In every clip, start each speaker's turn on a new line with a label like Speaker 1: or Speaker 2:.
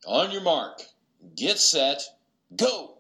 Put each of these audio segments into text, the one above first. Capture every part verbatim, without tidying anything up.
Speaker 1: On your mark, get set, go!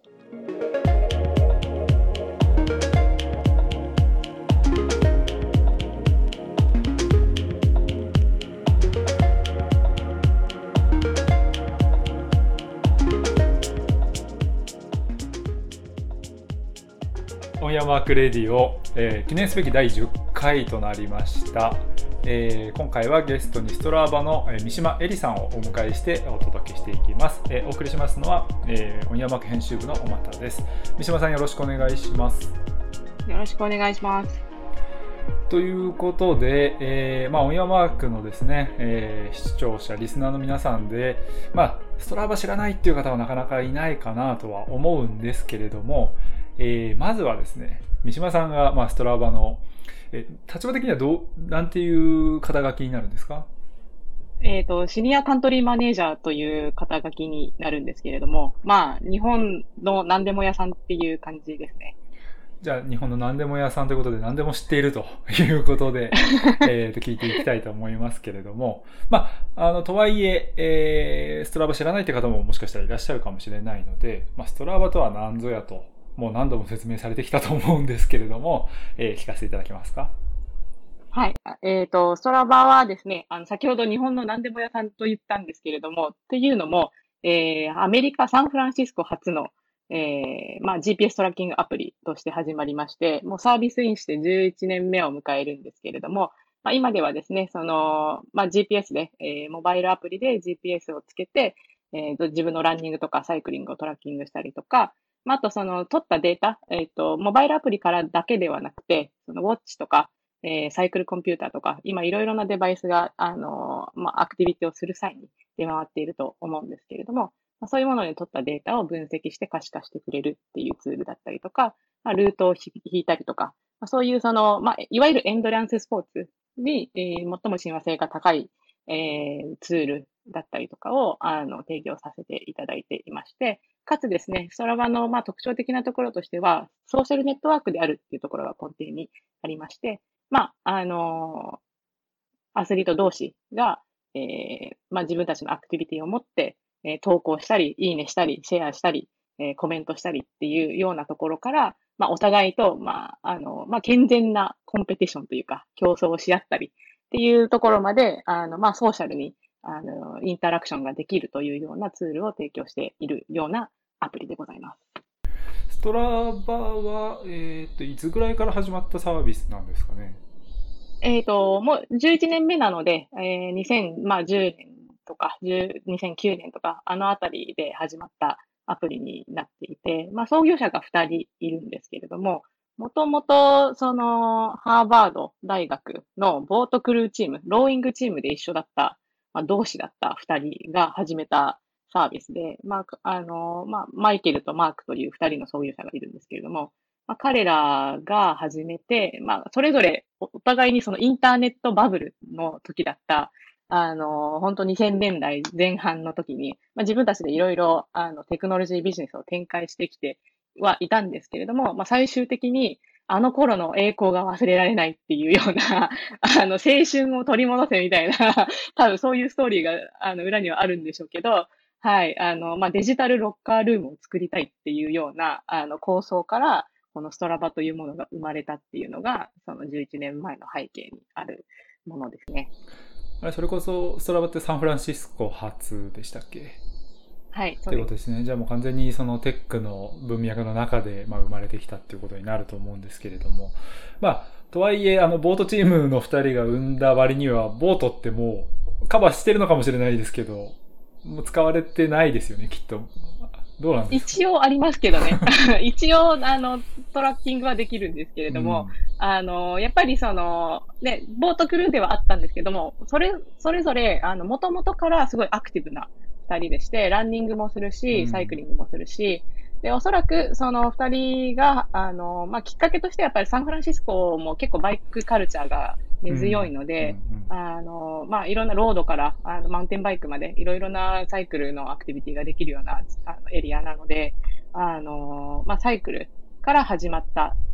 Speaker 2: オンヤマークレディオ、えー、記念すべきだいじゅっかいとなりました。えー、今回はゲストにストラーバの、えー、三島恵里さんをお迎えしてお届けしていきます。えー、お送りしますのは、えー、オンヤマーク編集部の小俣です。三島さん、よろしくお願いします。
Speaker 3: よろしくお願いします。
Speaker 2: ということで、えーまあ、オンヤマークのですね、えー、視聴者リスナーの皆さんで、まあ、ストラーバ知らないっていう方はなかなかいないかなとは思うんですけれども、えー、まずはですね、三島さんが、まあ、ストラーバの、えー、立場的にはどう、なんていう肩書きになるんですか？
Speaker 3: えっと、シニアカントリーマネージャーという肩書きになるんですけれども、まあ、日本の何でも屋さんっていう感じですね。
Speaker 2: じゃあ、日本の何でも屋さんということで何でも知っているということで、えーと聞いていきたいと思いますけれども、まあ、あの、とはいえ、えー、ストラーバ知らないという方ももしかしたらいらっしゃるかもしれないので、まあ、ストラーバとは何ぞやと、もう何度も説明されてきたと思うんですけれども、えー、聞かせていただけますか？
Speaker 3: はい。えっと、ストラバはですね、あの、先ほど日本の何でも屋さんと言ったんですけれども、っていうのも、えー、アメリカ・サンフランシスコ発の、えー、まあ、ジーピーエス トラッキングアプリとして始まりまして、もうサービスインしてじゅういちねんめを迎えるんですけれども、まあ、今ではですね、その、まあ、ジーピーエス で、えー、モバイルアプリで ジーピーエス をつけて、えーと、自分のランニングとかサイクリングをトラッキングしたりとか、まあ、あとその、取ったデータ、えっと、モバイルアプリからだけではなくて、その、ウォッチとか、えーサイクルコンピューターとか、今いろいろなデバイスが、あの、まあ、アクティビティをする際に出回っていると思うんですけれども、まあ、そういうものに取ったデータを分析して可視化してくれるっていうツールだったりとか、まあ、ルートを引いたりとか、まあ、そういうその、まあ、いわゆるエンドランススポーツに、えー最も親和性が高い、えーツールだったりとかを、あの、提供させていただいていまして、かつですね、ストラバの、まあ、特徴的なところとしては、ソーシャルネットワークであるっていうところが根底にありまして、まあ、あの、アスリート同士が、えーまあ、自分たちのアクティビティを持って、えー投稿したり、いいねしたり、シェアしたり、えーコメントしたりっていうようなところから、まあ、お互いと、まあ、あの、まあ、健全なコンペティションというか、競争をし合ったりっていうところまで、あの、まあ、ソーシャルに、あの、インタラクションができるというようなツールを提供しているようなアプリでございます。
Speaker 2: ストラバは、えーと、いつぐらいから始まったサービスなんですかね？
Speaker 3: えっと、もうじゅういちねんめなので、えー、にせんじゅうねんとか、じゅうにせんきゅうねんとか、あのあたりで始まったアプリになっていて、まあ、創業者がふたりいるんですけれども、もともと、その、ハーバード大学のボートクルーチーム、ローイングチームで一緒だった、まあ、同志だったふたりが始めたサービスで、まあ、あの、まあ、マイケルとマークというふたりの創業者がいるんですけれども、まあ、彼らが始めて、まあ、それぞれおお互いにそのインターネットバブルの時だった、あの、本当にせんねんだいぜん半の時に、まあ、自分たちでいろいろ、あの、テクノロジービジネスを展開してきてはいたんですけれども、まあ、最終的に、あの頃の栄光が忘れられないっていうような、あの、青春を取り戻せみたいな、多分そういうストーリーが、あの、裏にはあるんでしょうけど、はい、あの、まあ、デジタルロッカールームを作りたいっていうような、あの、構想から、このストラバというものが生まれたっていうのが、そのじゅういちねんまえの背景にあるものですね。
Speaker 2: あれ、それこそストラバってサンフランシスコ発でしたっけ？
Speaker 3: はい、
Speaker 2: ということですね。じゃあもう完全にそのテックの文脈の中で、まあ、生まれてきたっていうことになると思うんですけれども、まあ、とはいえ、あの、ボートチームのふたりが生んだ割には、ボートってもうカバーしてるのかもしれないですけど、もう使われてないですよね、きっと。どうなんですか？
Speaker 3: 一応ありますけどね。一応、あの、トラッキングはできるんですけれども、
Speaker 2: うん
Speaker 3: あの、やっぱりその、ね、ボートクルーではあったんですけども、それ、それぞれ、あの、もともとからすごいアクティブな二人でして、ランニングもする
Speaker 2: う
Speaker 3: し、サイク
Speaker 2: ん
Speaker 3: リングもするし、で、おそらく、その二人が、あの、まあ、きっかけとしてやっぱりサンフランシスコも結構バイクカルチャーが根強いので、
Speaker 2: うん
Speaker 3: あの、まあ、いろんなロードから、あの、マウンテンバイクまで、いろいろなサイクルのアクティビティができるような、あの、エリアなので、あの、まあ、サイクルから始まった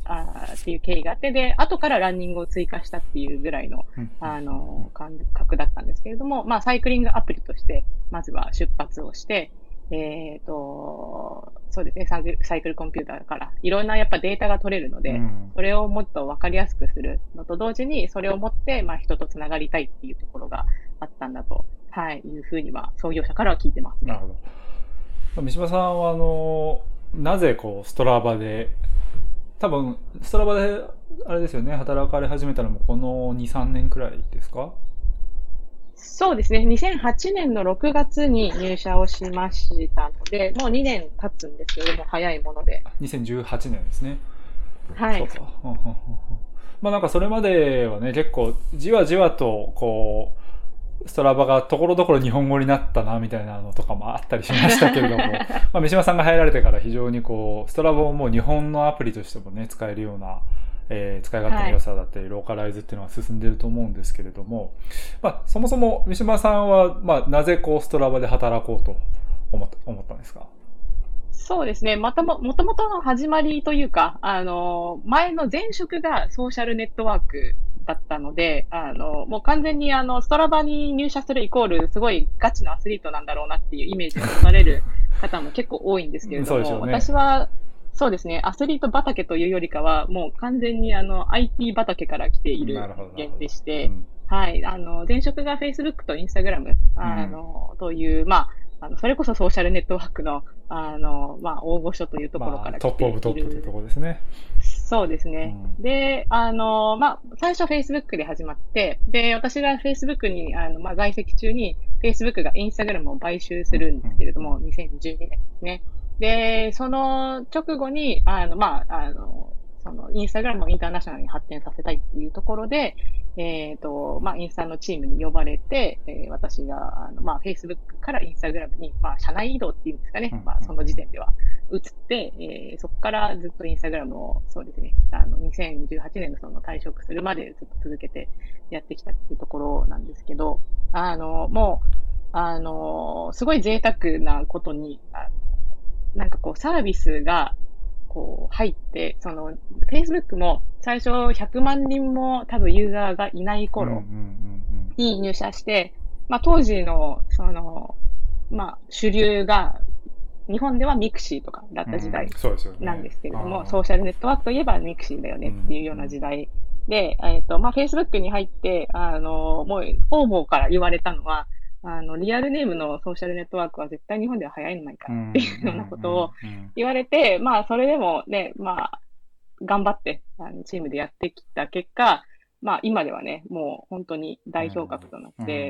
Speaker 3: あっていう経緯があって、で、後からランニングを追加したっていうぐらいの、あの、感覚だったんですけれども、まあ、サイクリングアプリとして、まずは出発をして、えっと、そうですね、サイクル、サイクルコンピューターからいろんなやっぱデータが取れるので、
Speaker 2: うん、
Speaker 3: それをもっとわかりやすくするのと同時に、それを持って、まあ、人とつながりたいっていうところがあったんだと、はい、いうふうには創業者からは聞いてますね。
Speaker 2: なるほど。三島さんは、あの、なぜこう、ストラバで、多分、ストラバで、あれですよね、働かれ始めたのもこのに、さんねんくらいですか？
Speaker 3: そうですね。にせんはちねんのろくがつに入社をしましたので、もうにねん経つんですけども、早いもので。
Speaker 2: にせんじゅうはちねんですね。
Speaker 3: はい。
Speaker 2: そうか。ほんほんほんほんまあなんかそれまではね、結構じわじわとこう、ストラバがところどころ日本語になったなみたいなのとかもあったりしましたけれども、まあ三島さんが入られてから非常にこう、ストラバをもう日本のアプリとしてもね、使えるような、えー、使い勝手の良さだったり、ローカライズっていうのは進んでると思うんですけれども、まあそもそも三島さんは、まあなぜこうストラバで働こうと思った、思ったんですか？
Speaker 3: そうですね。またも、もともとの始まりというか、あの、前の前職がソーシャルネットワークだったので、あの、もう完全にあの、ストラバに入社するイコール、すごいガチのアスリートなんだろうなっていうイメージを持たれる方も結構多いんですけれども、
Speaker 2: そうでしょうね。
Speaker 3: 私は、そうですね、アスリート畑というよりかは、もう完全にあの、アイティー 畑から来ている人間でして、うん、はい、あの、前職が Facebook と Instagram、あの、うん、という、まあ、あの、それこそソーシャルネットワークの、あの、まあ、大御所というところから来ている、まあ、
Speaker 2: トップオブトップというところですね。
Speaker 3: そうですね。うん、で、あの、まあ、最初 Facebook で始まって、で、私が Facebook に、あの、まあ、在籍中に Facebook が Instagram を買収するんですけれども、うん、にせんじゅうにねんですね。で、その直後に、あの、まあ、あの、その、インスタグラムをインターナショナルに発展させたいっていうところで、えっ、ー、と、まあ、インスタのチームに呼ばれて、えー、私が、あの、まあ、Facebook からインスタグラムに、まあ、社内移動っていうんですかね。まあ、その時点では移って、えー、そこからずっとインスタグラムを、そうですね、あの、にせんじゅうはちねんのその退職するまでずっと続けてやってきたっていうところなんですけど、あの、もう、あの、すごい贅沢なことに、あのなんかこう、サービスが、こう、入って、その、Facebook も最初ひゃくまんにんも多分ユーザーがいない頃に入社して、まあ当時の、その、まあ主流が、日本ではミクシーとかだった時代なんですけれども、うんね、ソーシャルネットワークといえばミクシーだよねっていうような時代で、えっと、まあ Facebook に入って、あの、もう方々から言われたのは、あの、リアルネームのソーシャルネットワークは絶対日本では早いんじゃないかっていうようなことを言われて、まあ、それでもね、まあ、頑張って、あの、チームでやってきた結果、まあ、今ではね、もう本当に代表格となって、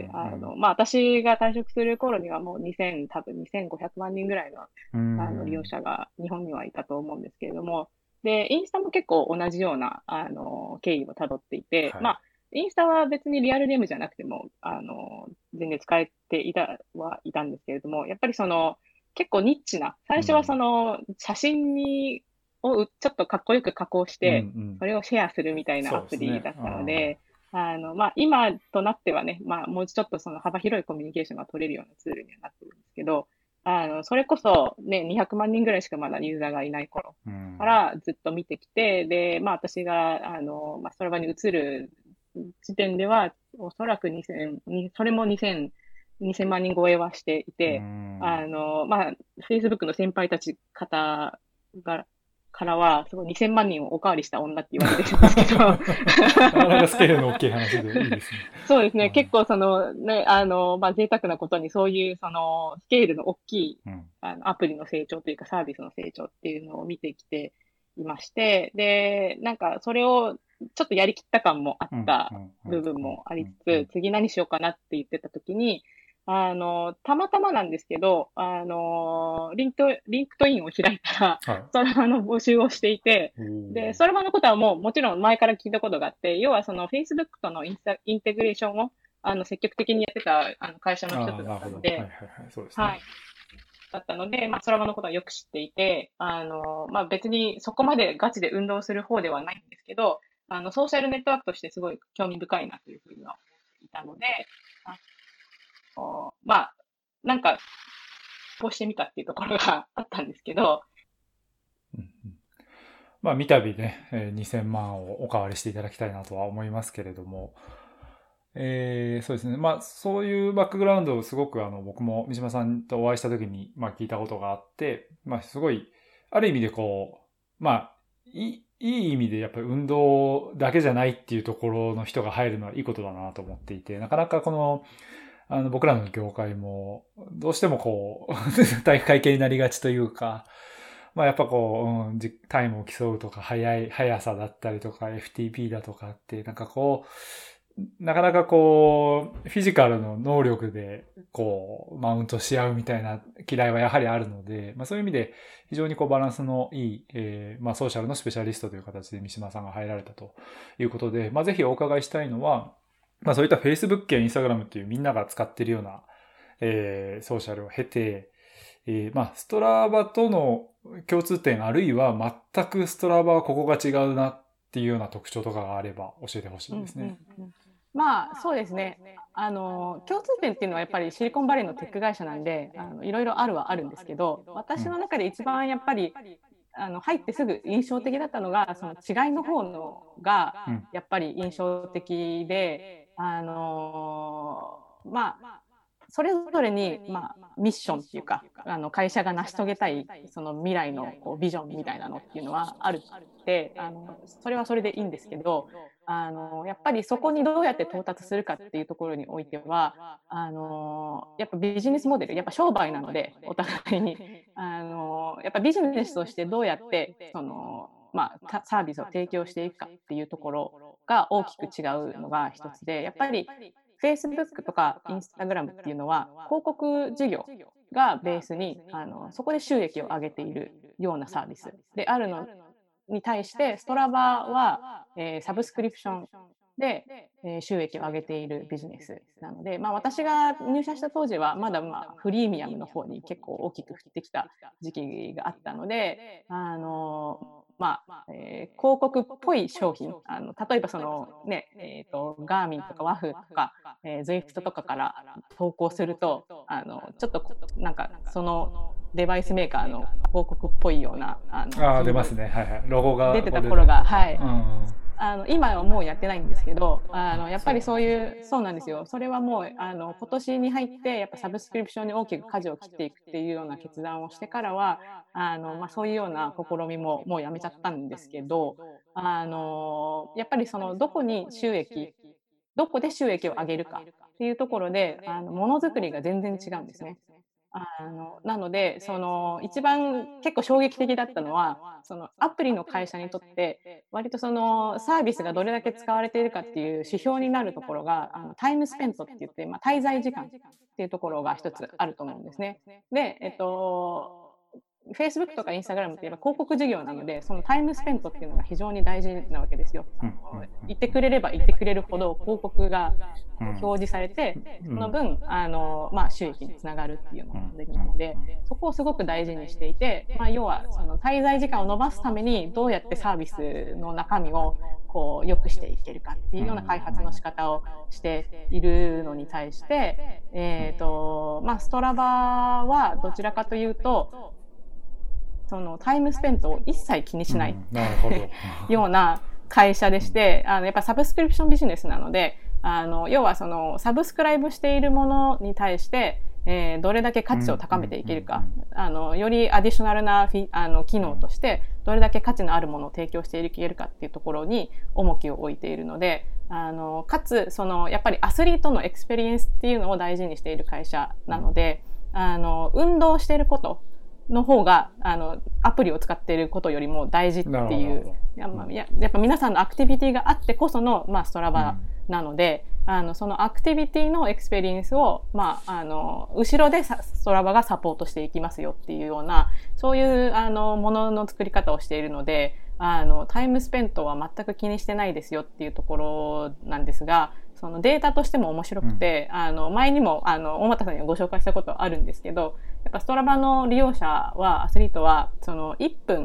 Speaker 3: あの、まあ、私が退職する頃にはもうにせん、多分にせんごひゃくまんにんぐらいの、あの、利用者が日本にはいたと思うんですけれども、で、インスタも結構同じような、あの、経緯をたどっていて、はい、まあ、インスタは別にリアルネームじゃなくても、あの、全然使えていたはいたんですけれども、やっぱりその、結構ニッチな、最初はその、写真に、をちょっとかっこよく加工して、それをシェアするみたいなアプリだったので、あの、まあ、今となってはね、まあ、もうちょっとその幅広いコミュニケーションが取れるようなツールにはなってるんですけど、あの、それこそね、にひゃくまんにんぐらいしかまだユーザーがいない頃からずっと見てきて、で、まあ私が、あの、まあ、ストラバに移る時点では、おそらくにせん、それもにせん、にせんまんにん超えはしていて、あの、まあ、Facebook の先輩たち方が、からは、すごいにせんまんにんをおかわりした女って言われてるんですけど。な
Speaker 2: かなかスケールの大きい話でいいですね。
Speaker 3: そうですね。結構そのね、あの、まあ、贅沢なことにそういうそのスケールの大きい、うん、あのアプリの成長というかサービスの成長っていうのを見てきていまして、で、なんかそれをちょっとやりきった感もあった部分もありつつ、次何しようかなって言ってた時に、あの、たまたまなんですけど、あの、リンクト、リンクトインを開いたら、はい、ストラバの募集をしていて、で、ストラバのことはもうもちろん前から聞いたことがあって、要はその Facebook とのインスタ、インテグレーションを、あの、積極的にやってた、あの、会社の一つだったので、はいはいはい、そうですね。はい。だったので、まあ、ストラバのことはよく知っていて、あの、まあ、別にそこまでガチで運動する方ではないんですけど、あの、ソーシャルネットワークとしてすごい興味深いなというふうには思っていたので、まあ、なんか、こうしてみたっていうところがあったんですけど。
Speaker 2: うんうん、 まあ、三度ね、えーにせんまんをおかわりしていただきたいなとは思いますけれども、えー、そうですね。まあ、そういうバックグラウンドをすごくあの、僕も三島さんとお会いした時に、まあ、聞いたことがあって、まあ、すごい、ある意味でこう、まあ、いい、いい意味でやっぱり運動だけじゃないっていうところの人が入るのはいいことだなと思っていて、なかなかこの、あの、僕らの業界も、どうしてもこう、体育会系になりがちというか、まあやっぱこう、うん、タイムを競うとか、速い、速さだったりとか、エフティーピー だとかって、なんかこう、なかなかこう、フィジカルの能力で、こう、マウントし合うみたいな嫌いはやはりあるので、まあそういう意味で、非常にこうバランスのいい、えー、まあソーシャルのスペシャリストという形で三島さんが入られたということで、まあぜひお伺いしたいのは、まあそういった Facebook や Instagram っていうみんなが使っているような、えー、ソーシャルを経て、えー、まあストラバとの共通点あるいは全くストラバはここが違うなっていうような特徴とかがあれば教えてほしいですね。
Speaker 3: うんうんうん、まあそうですね。あの共通点っていうのはやっぱりシリコンバレーのテック会社なんで、あのいろいろあるはあるんですけど、私の中で一番やっぱり、うん、あの入ってすぐ印象的だったのがその違いの方のがやっぱり印象的で、うん、あのまあそれぞれに、まあ、ミッションっていうかあの会社が成し遂げたいその未来のこうビジョンみたいなのっていうのはあるってあのそれはそれでいいんですけど、あのやっぱりそこにどうやって到達するかっていうところにおいてはあのやっぱビジネスモデルやっぱ商売なのでお互いにあのやっぱビジネスとしてどうやってその、まあ、サービスを提供していくかっていうところが大きく違うのが一つで、やっぱりFacebook とか Instagram っていうのは広告事業がベースにあのそこで収益を上げているようなサービスであるのに対してストラバは、えー、サブスクリプションで、えー、収益を上げているビジネスなので、まあ、私が入社した当時はまだまあフリーミアムの方に結構大きく振ってきた時期があったので、あのまあえー、広告っぽい商品あの例えばその、ねえー、とガーミンとかワフとか、えー、ズイフトとかから投稿するとあのちょっとなんかそのデバイスメーカーの広告っぽいようなあの
Speaker 2: あ出ますね、はいはい、ロゴが
Speaker 3: 出てた頃が、はい、
Speaker 2: うん、
Speaker 3: あの今はもうやってないんですけど、あのやっぱりそういうそうなんですよ。それはもうあの今年に入ってやっぱサブスクリプションに大きく舵を切っていくっていうような決断をしてからはあの、まあ、そういうような試みももうやめちゃったんですけど、あのやっぱりそのどこに収益どこで収益を上げるかっていうところであのものづくりが全然違うんですね。あのなのでその一番結構衝撃的だったのはそのアプリの会社にとって割とそのサービスがどれだけ使われているかっていう指標になるところがあのタイムスペントって言って、まあ、滞在時間っていうところが一つあると思うんですね。で、えっとFacebook とか Instagram って言えば広告事業なのでそのタイムスペントっていうのが非常に大事なわけですよ。うん、言ってくれれば言ってくれるほど広告が表示されて、うん、その分あの、まあ、収益につながるっていうのができるのでそこをすごく大事にしていて、まあ、要はその滞在時間を延ばすためにどうやってサービスの中身をこう良くしていけるかっていうような開発の仕方をしているのに対して、えーとまあ、ストラバはどちらかというとそのタイムスペントを一切気にしない、うん、なるほどような会社でして、あのやっぱサブスクリプションビジネスなのであの要はそのサブスクライブしているものに対して、えー、どれだけ価値を高めていけるか、あのよりアディショナルなフィあの機能としてどれだけ価値のあるものを提供していけるかっていうところに重きを置いているので、あのかつそのやっぱりアスリートのエクスペリエンスっていうのを大事にしている会社なので、あの運動していることの方があのアプリを使っていることよりも大事っていうや、まあ、や, やっぱ皆さんのアクティビティがあってこその、まあ、ストラバなので、うん、あのそのアクティビティのエクスペリエンスを、まあ、あの後ろでストラバがサポートしていきますよっていうようなそういうあのものの作り方をしているので、あのタイムスペントは全く気にしてないですよっていうところなんですが、そのデータとしても面白くて、うん、あの前にもあの大俣さんにはご紹介したことあるんですけど、やっぱストラバの利用者はアスリートはそのいっぷん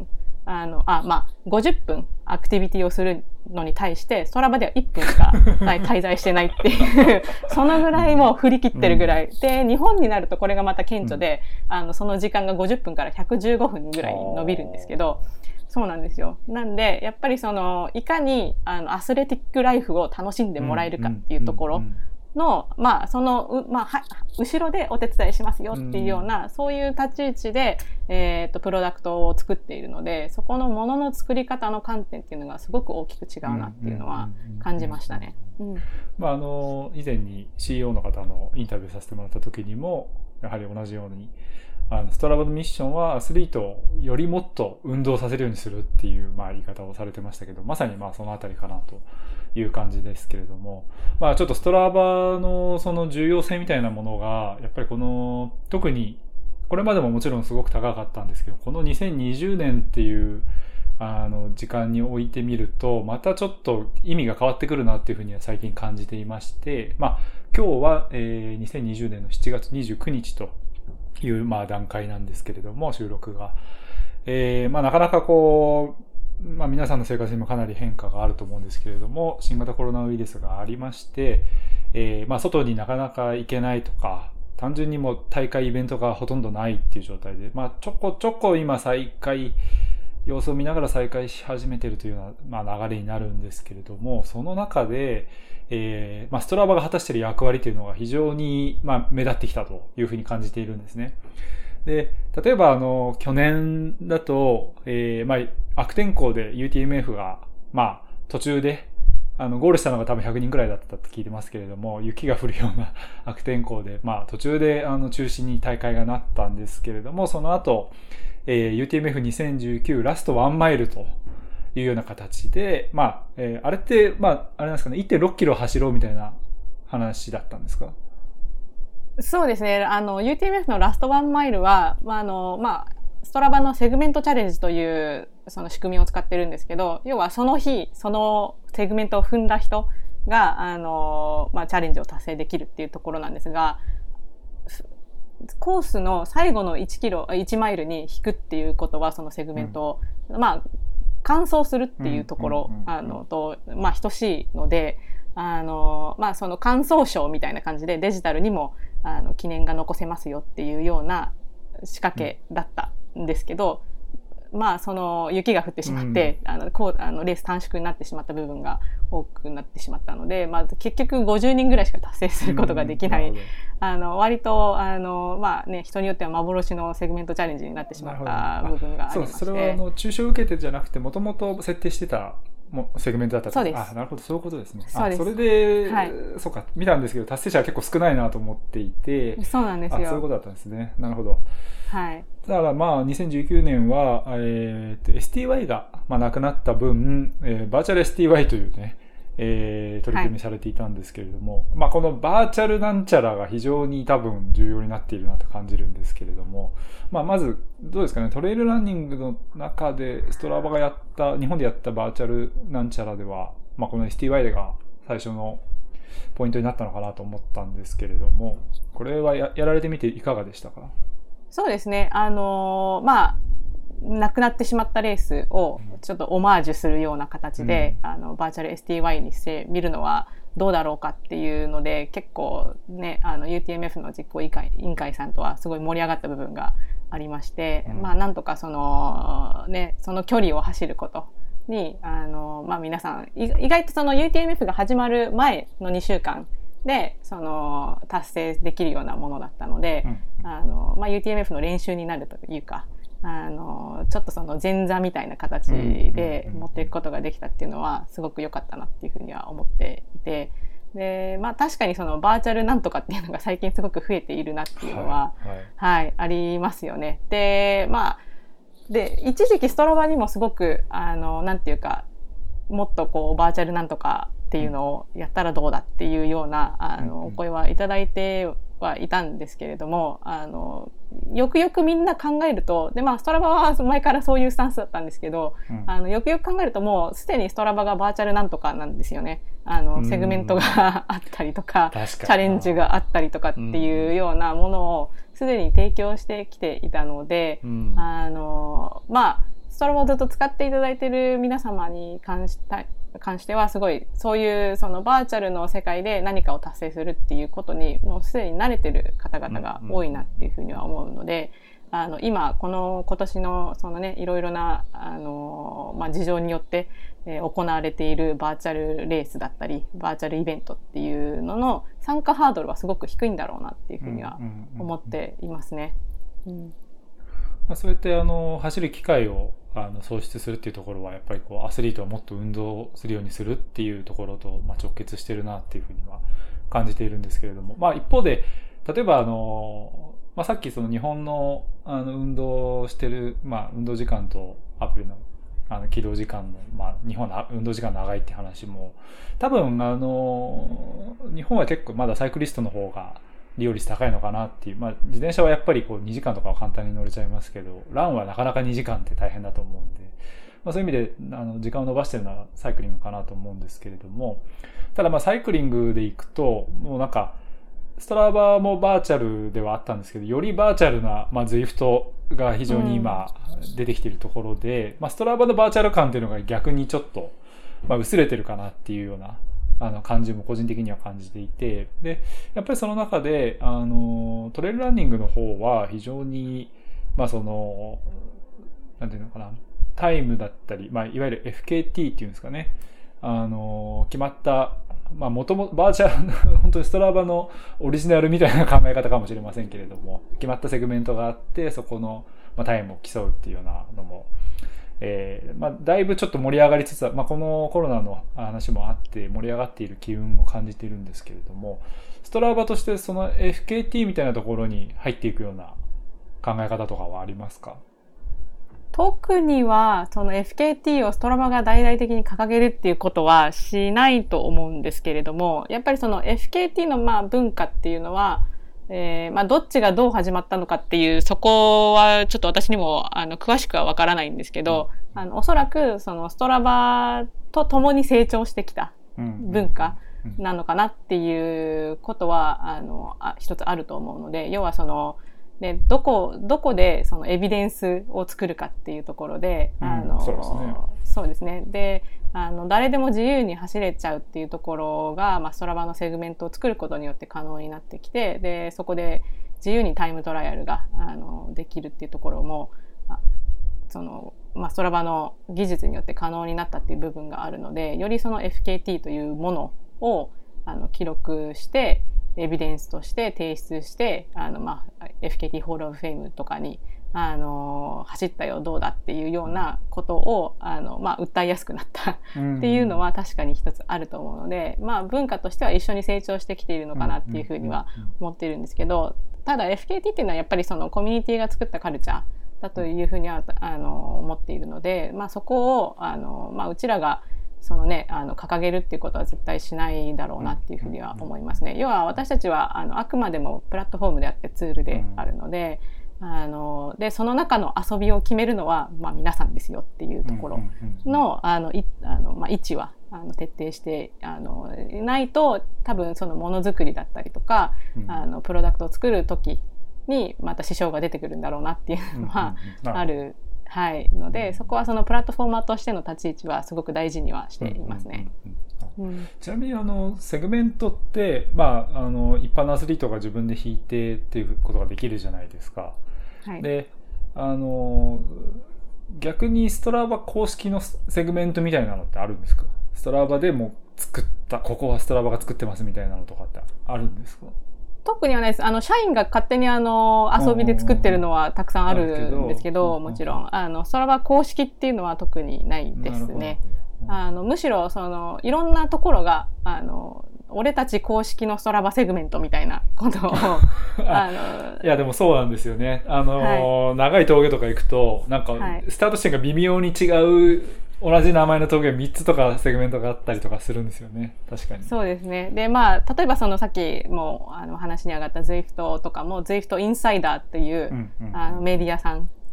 Speaker 3: あの、あ、まあ、ごじゅっぷんアクティビティをするのに対して、ストラバではいっぷんしか滞在してないっていう、そのぐらいもう振り切ってるぐらい。うん、で、日本になるとこれがまた顕著で、うん、あの、その時間がごじゅっぷんからひゃくじゅうごふんぐらいに伸びるんですけど、そうなんですよ。なんで、やっぱりその、いかに、あの、アスレティックライフを楽しんでもらえるかっていうところの、まあ、その、まあ、は、後ろでお手伝いしますよっていうような、うん、そういう立ち位置で、えっと、プロダクトを作っているので、そこのものの作り方の観点っていうのがすごく大きく違うなっていうのは感じましたね。
Speaker 2: まあ、あの、以前に シーイーオー の方のインタビューさせてもらった時にも、やはり同じように、あのストラバのミッションはアスリートをよりもっと運動させるようにするっていう、まあ、言い方をされてましたけど、まさにまあそのあたりかなという感じですけれども、まあちょっとストラバのその重要性みたいなものが、やっぱりこの、特にこれまでももちろんすごく高かったんですけど、このにせんにじゅうねんっていうあの時間に置いてみると、またちょっと意味が変わってくるなっていうふうには最近感じていまして、まあ今日は、えー、にせんにじゅうねんのしちがつにじゅうくにちという、まあ、段階なんですけれども、収録が。えー、まあ、なかなかこう、まあ、皆さんの生活にもかなり変化があると思うんですけれども、新型コロナウイルスがありまして、えー、まあ、外になかなか行けないとか、単純にもう大会イベントがほとんどないっていう状態で、まあ、ちょこちょこ今再開、様子を見ながら再開し始めているというような、まあ、流れになるんですけれども、その中で、えーまあ、ストラバが果たしている役割というのが非常に、まあ、目立ってきたというふうに感じているんですね。で、例えばあの去年だと、えーまあ、悪天候で ユーティーエムエフ が、まあ、途中であのゴールしたのが多分ひゃくにんくらいだったって聞いてますけれども、雪が降るような悪天候で、まあ、途中であの中止に大会がなったんですけれども、その後、えー、ユーティーエムエフにせんじゅうきゅう ラストワンマイルというような形で、まあ、えー、あれって、まあ、あれなんですかね、いってんろっキロ走ろうみたいな話だったんですか？
Speaker 3: そうですね。あの、ユーティーエムエフ のラストワンマイルは、まあ、あの、まあ、ストラバのセグメントチャレンジという、その仕組みを使ってるんですけど、要はその日、そのセグメントを踏んだ人が、あの、まあ、チャレンジを達成できるっていうところなんですが、コースの最後のいちキロ、いちマイルに引くっていうことは、そのセグメントを、うん、まあ、完走するっていうところ、あの、と、まあ、等しいので、あの、まあ、その完走賞みたいな感じでデジタルにも、あの、記念が残せますよっていうような仕掛けだったんですけど、うん、まあ、その、雪が降ってしまって、うん、あの、こう、あの、レース短縮になってしまった部分が多くなってしまったので、まあ、結局ごじゅうにんぐらいしか達成することができない、うん、あの、割と、あの、まあね、人によっては幻のセグメントチャレンジになってしまった部分がありまして。
Speaker 2: そう、それは、あの、中傷を受けてじゃなくて、もともと設定してた、もうセグメントだった
Speaker 3: そうです。
Speaker 2: あ、なるほど、そういうことですね。
Speaker 3: そうです。
Speaker 2: あ、それで、はい、そうか、見たんですけど、達成者は結構少ないなと思っていて。
Speaker 3: そうなんですよ。
Speaker 2: あ、そういうことだったんですね。なるほど。
Speaker 3: はい。
Speaker 2: だからまあ、にせんじゅうきゅうねんは、えー、エスティーワイ が、まあ、なくなった分、えー、バーチャル エスティーワイ というね、えー、取り組みされていたんですけれども、はい、まあこのバーチャルなんちゃらが非常に多分重要になっているなと感じるんですけれども、まあまずどうですかね、トレイルランニングの中でストラバがやった、日本でやったバーチャルなんちゃらでは、まあこの エスティーワイ が最初のポイントになったのかなと思ったんですけれども、これは や, やられてみていかがでしたか？
Speaker 3: そうですね、あのー、まあなくなってしまったレースをちょっとオマージュするような形で、うん、あのバーチャル エスティーワイ にしてみるのはどうだろうかっていうので、結構ね、あの ユーティーエムエフ の実行委員会、委員会さんとはすごい盛り上がった部分がありまして、うん、まあなんとかそのね、その距離を走ることに、あのまあ皆さん意外とその ユーティーエムエフ が始まる前のにしゅうかんでその達成できるようなものだったので、うん、あのまあ ユーティーエムエフ の練習になるというか。あのちょっとその前座みたいな形で持っていくことができたっていうのはすごく良かったなっていうふうには思っていて、で、まあ確かにそのバーチャルなんとかっていうのが最近すごく増えているなっていうのは、はい、はいはい、ありますよね。で、まあで一時期ストラバにもすごくあのなんていうかもっとこうバーチャルなんとかっていうのをやったらどうだっていうようなあのお声はいただいてはいたんですけれども、あのよくよくみんな考えると、でまあストラバは前からそういうスタンスだったんですけど、うん、あのよくよく考えるともうすでにストラバがバーチャルなんとかなんですよね。あのセグメントがあったりとか、チャレンジがあったりとかっていうようなものをすでに提供してきていたので、うん、あのまあストラバをずっと使っていただいている皆様に関した関してはすごいそういうそのバーチャルの世界で何かを達成するっていうことにもうすでに慣れてる方々が多いなっていうふうには思うので、あの今この今年のそのねいろいろなあの、まあ、事情によって、えー、行われているバーチャルレースだったりバーチャルイベントっていうのの参加ハードルはすごく低いんだろうなっていうふうには思っていますね。うん
Speaker 2: まあ、そうやってあの走る機会をあの創出するっていうところはやっぱりこうアスリートはもっと運動するようにするっていうところと、まあ、直結してるなっていうふうには感じているんですけれども、まあ、一方で例えばあの、まあ、さっきその日本の、あの運動してる、まあ、運動時間とアプリのあの起動時間の、まあ、日本の運動時間長いって話も多分あの日本は結構まだサイクリストの方が利用率高いのかなっていう、まあ、自転車はやっぱりこうにじかんとかは簡単に乗れちゃいますけど、ランはなかなかにじかんって大変だと思うんで、まあ、そういう意味であの時間を伸ばしてるのはサイクリングかなと思うんですけれども、ただまあサイクリングで行くともうなんかストラバもバーチャルではあったんですけど、よりバーチャルな、まあ、Zwift が非常に今出てきているところで、うんまあ、ストラバのバーチャル感っていうのが逆にちょっと、まあ、薄れてるかなっていうようなあの感じも個人的には感じていて、でやっぱりその中であのトレイルランニングの方は非常にまあそのなんていうのかな、タイムだったり、まあ、いわゆる エフケーティー っていうんですかね、あの決まったまあ元々バーチャル本当にストラバのオリジナルみたいな考え方かもしれませんけれども、決まったセグメントがあってそこのタイムを競うっていうようなのもえーまあ、だいぶちょっと盛り上がりつつは、まあ、このコロナの話もあって盛り上がっている機運を感じているんですけれども、ストラバとしてその エフケーティー みたいなところに入っていくような考え方とかはありますか？
Speaker 3: 特にはその エフケーティー をストラバが大々的に掲げるっていうことはしないと思うんですけれども、やっぱりその エフケーティー のまあ文化っていうのはえー、まあどっちがどう始まったのかっていうそこはちょっと私にもあの詳しくはわからないんですけど、うん、あのおそらくそのストラバと共に成長してきた文化なのかなっていうことはあのあ一つあると思うので、要はそのでどこどこでそのエビデンスを作るかっていうところで、うん、あのそうですね。そうですね。であの誰でも自由に走れちゃうっていうところが、まあ、ストラバのセグメントを作ることによって可能になってきて、でそこで自由にタイムトライアルがあのできるっていうところもその、まあ、ストラバの技術によって可能になったっていう部分があるので、よりその エフケーティー というものをあの記録してエビデンスとして提出してあの、まあ、エフケーティー ホールオブフェイムとかにあの走ったよどうだっていうようなことをあの、まあ、訴えやすくなったっていうのは確かに一つあると思うので、まあ、文化としては一緒に成長してきているのかなっていうふうには思っているんですけど、ただ エフケーティー っていうのはやっぱりそのコミュニティが作ったカルチャーだというふうにはあの思っているので、まあ、そこをあの、まあ、うちらがそのね、あの掲げるっていうことは絶対しないだろうなっていうふうには思いますね。要は私たちはあのあくまでもプラットフォームであってツールであるので、あのでその中の遊びを決めるのは、まあ、皆さんですよっていうところの、あのいあの、まあ、位置はあの徹底してあのないと、多分そのものづくりだったりとか、うん、あのプロダクトを作る時にまた支障が出てくるんだろうなっていうのはある、はい、ので、そこはそのプラットフォーマーとしての立ち位置はすごく大事にはしていますね。
Speaker 2: ちなみにあのセグメントって、まあ、あの一般のアスリートが自分で引いてっていうことができるじゃないですか。はい、であの逆にストラバ公式のセグメントみたいなのってあるんですか？ストラバでも作ったここはストラバが作ってますみたいなのとかってあるんですか？
Speaker 3: 特にはないです。あの社員が勝手にあの遊びで作ってるのはたくさんあるんですけど、もちろんあのストラバ公式っていうのは特にないですね。あのむしろそのいろんなところがあの俺たち公式のストラバセグメントみたいなことをあ
Speaker 2: のいやでもそうなんですよね。あの、はい、長い峠とか行くとなんかスタート地点が微妙に違う同じ名前の峠がみっつとかセグメントがあったりとかするんですよね。確かに
Speaker 3: そうですね。でまあ例えばそのさっきもあの話に上がった Zwift とかも Zwift インサイダーっていう、うんうん、あのメディアさん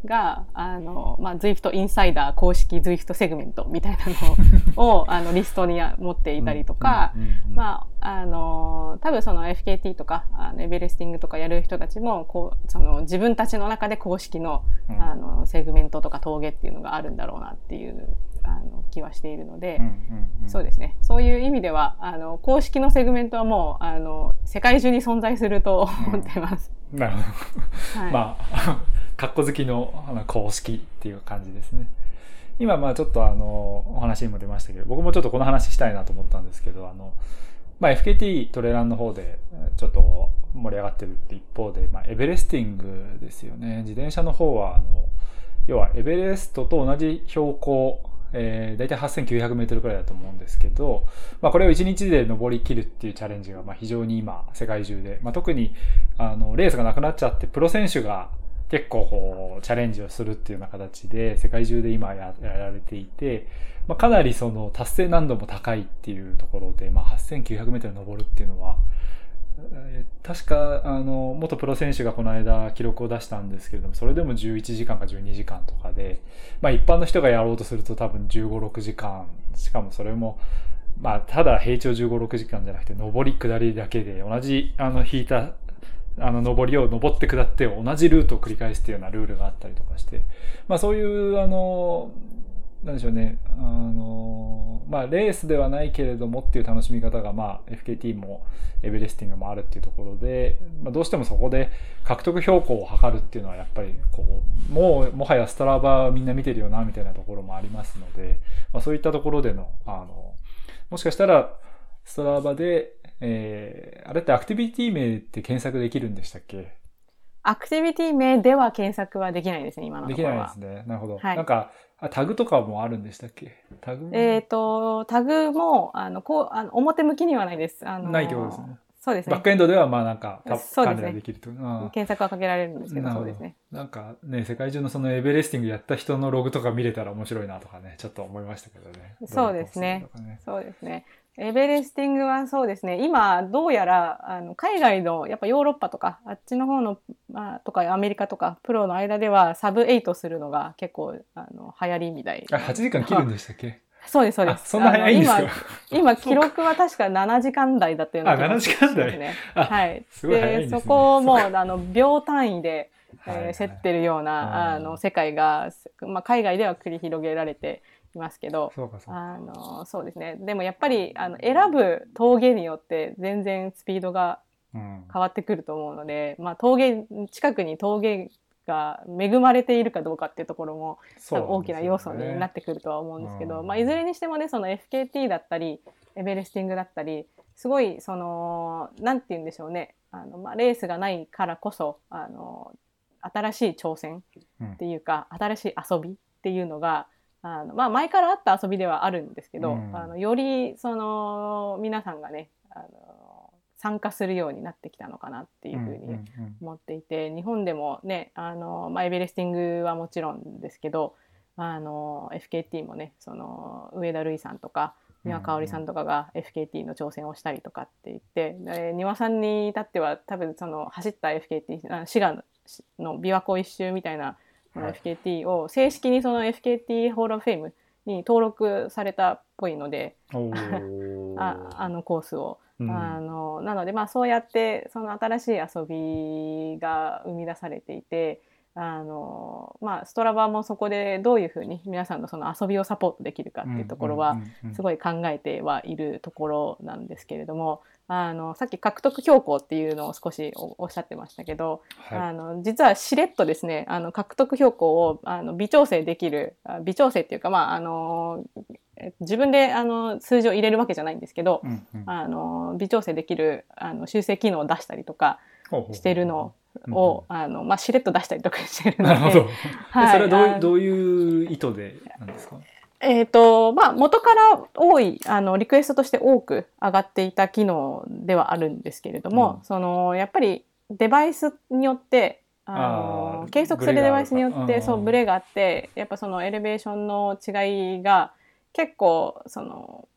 Speaker 3: があの、まあ、Zwift インサイダー公式 Zwift セグメントみたいなのをあのリストに持っていたりとか、まあ、あの多分その エフケーティー とかあのエベレスティングとかやる人たちもこうその自分たちの中で公式の、あのセグメントとか峠っていうのがあるんだろうなっていうあの気はしているので、うんうんうん、そうですね。そういう意味ではあの公式のセグメントはもうあの世界中に存在すると思ってます。
Speaker 2: うん、なるほど。はい、まあカッコ好きのあの公式っていう感じですね。今まあちょっとあのお話にも出ましたけど、僕もちょっとこの話したいなと思ったんですけど、あのまあ エフケーティー トレランの方でちょっと盛り上がってるって一方で、まあエベレスティングですよね。自転車の方はあの要はエベレストと同じ標高、えー、だいたいはっせんきゅうひゃくメートルくらいだと思うんですけど、まあこれをいちにちで登り切るっていうチャレンジがまあ非常に今世界中で、まあ特にあのレースがなくなっちゃってプロ選手が結構こうチャレンジをするっていうような形で世界中で今やられていて、まあかなりその達成難度も高いっていうところで、まあはっせんきゅうひゃくメートル登るっていうのは、確かあの元プロ選手がこの間記録を出したんですけれども、それでもじゅういちじかんかじゅうにじかんとかで、まあ一般の人がやろうとすると多分じゅうご、ろくじかん、しかもそれもまあただ平地をじゅうご、ろくじかんじゃなくて上り下りだけで同じあの引いたあの上りを上って下って同じルートを繰り返すっていうようなルールがあったりとかして、まあそういうあのなんでしょうね、あのまあレースではないけれどもっていう楽しみ方がまあ エフケーティー もエベレスティングもあるっていうところで、まあ、どうしてもそこで獲得標高を測るっていうのはやっぱりこうもうもはやストラバみんな見てるよなみたいなところもありますので、まあ、そういったところでのあのもしかしたらストラバで、えー、あれってアクティビティ名って検索できるんでしたっけ？
Speaker 3: アクティビティ名では検索はできないですね、今のところは。
Speaker 2: できないですね。なるほど。
Speaker 3: はい、
Speaker 2: なんかタグとかもあるんでしたっけ？タグ？
Speaker 3: えっと、タグも、あの、こう、あの表向きにはないです。あの
Speaker 2: ないってことですね。
Speaker 3: そうですね。
Speaker 2: バックエンドではまあなんか、
Speaker 3: 管
Speaker 2: 理できると、ね、
Speaker 3: 検索はかけられるんですけど、そうですね。
Speaker 2: なんかね、世界中のそのエベレスティングやった人のログとか見れたら面白いなとかね、ちょっと思いましたけどね。
Speaker 3: そうですね。そうですね。エベレスティングはそうですね。今、どうやら、あの、海外の、やっぱヨーロッパとか、あっちの方の、まあ、とかアメリカとか、プロの間では、サブエイトするのが結構、あの、流行りみたい。
Speaker 2: あ、はちじかん切るんでしたっけ？
Speaker 3: そうです、そうです。
Speaker 2: そんな早いんですか？
Speaker 3: 今、今記録は確かななじかん台だったような気がします、ね。
Speaker 2: あ、ななじかん台。
Speaker 3: はい。
Speaker 2: すごい早いんですね。
Speaker 3: で、そこも、あの、秒単位で、えー、競ってるような、あの、世界が、まあ、海外では繰り広げられていますけど、
Speaker 2: そうかそうか。
Speaker 3: あの、そうですね。でもやっぱり、あの、選ぶ峠によって全然スピードが変わってくると思うので、うん、まあ、峠、近くに峠が恵まれているかどうかっていうところも多分大きな要素になってくるとは思うんですけど、うん、まあ、いずれにしてもね、その エフケーティー だったりエベレスティングだったりすごいそのなんて言うんでしょうね、あの、まあ、レースがないからこそあの新しい挑戦っていうか、うん、新しい遊びっていうのがあの、まあ、前からあった遊びではあるんですけど、うん、あのよりその皆さんがねあの参加するようになってきたのかなっていうふうに思っていて、うんうんうん、日本でもねあの、まあ、エベレスティングはもちろんですけどあの エフケーティー もねその上田瑠衣さんとか丹羽香織さんとかが エフケーティー の挑戦をしたりとかって言って丹羽さんに至っては多分その走った エフケーティー 滋賀の琵琶湖一周みたいな エフケーティー を正式にその エフケーティー ホールオブフェイムに登録されたっぽいのであ, あのコースを、うん、あのなのでまあそうやってその新しい遊びが生み出されていてあの、まあ、ストラバもそこでどういうふうに皆さんのその遊びをサポートできるかっていうところはすごい考えてはいるところなんですけれども、あのさっき獲得標高っていうのを少し お, おっしゃってましたけど、はい、あの実はしれっとですねあの獲得標高をあの微調整できる微調整っていうか、まあ、あの自分であの数字を入れるわけじゃないんですけど、うんうん、あの微調整できるあの修正機能を出したりとかしてるのを、うんあのまあ、しれっと出したりとかしてるので。なるほど。
Speaker 2: はい、それはどういう、どういう意図でなんですか？
Speaker 3: えっと、まあ、元から多い、あの、リクエストとして多く上がっていた機能ではあるんですけれども、うん、その、やっぱりデバイスによって、あの、あ計測するデバイスによって、そう、ブレがあって、やっぱそのエレベーションの違いが結構、その、まあ、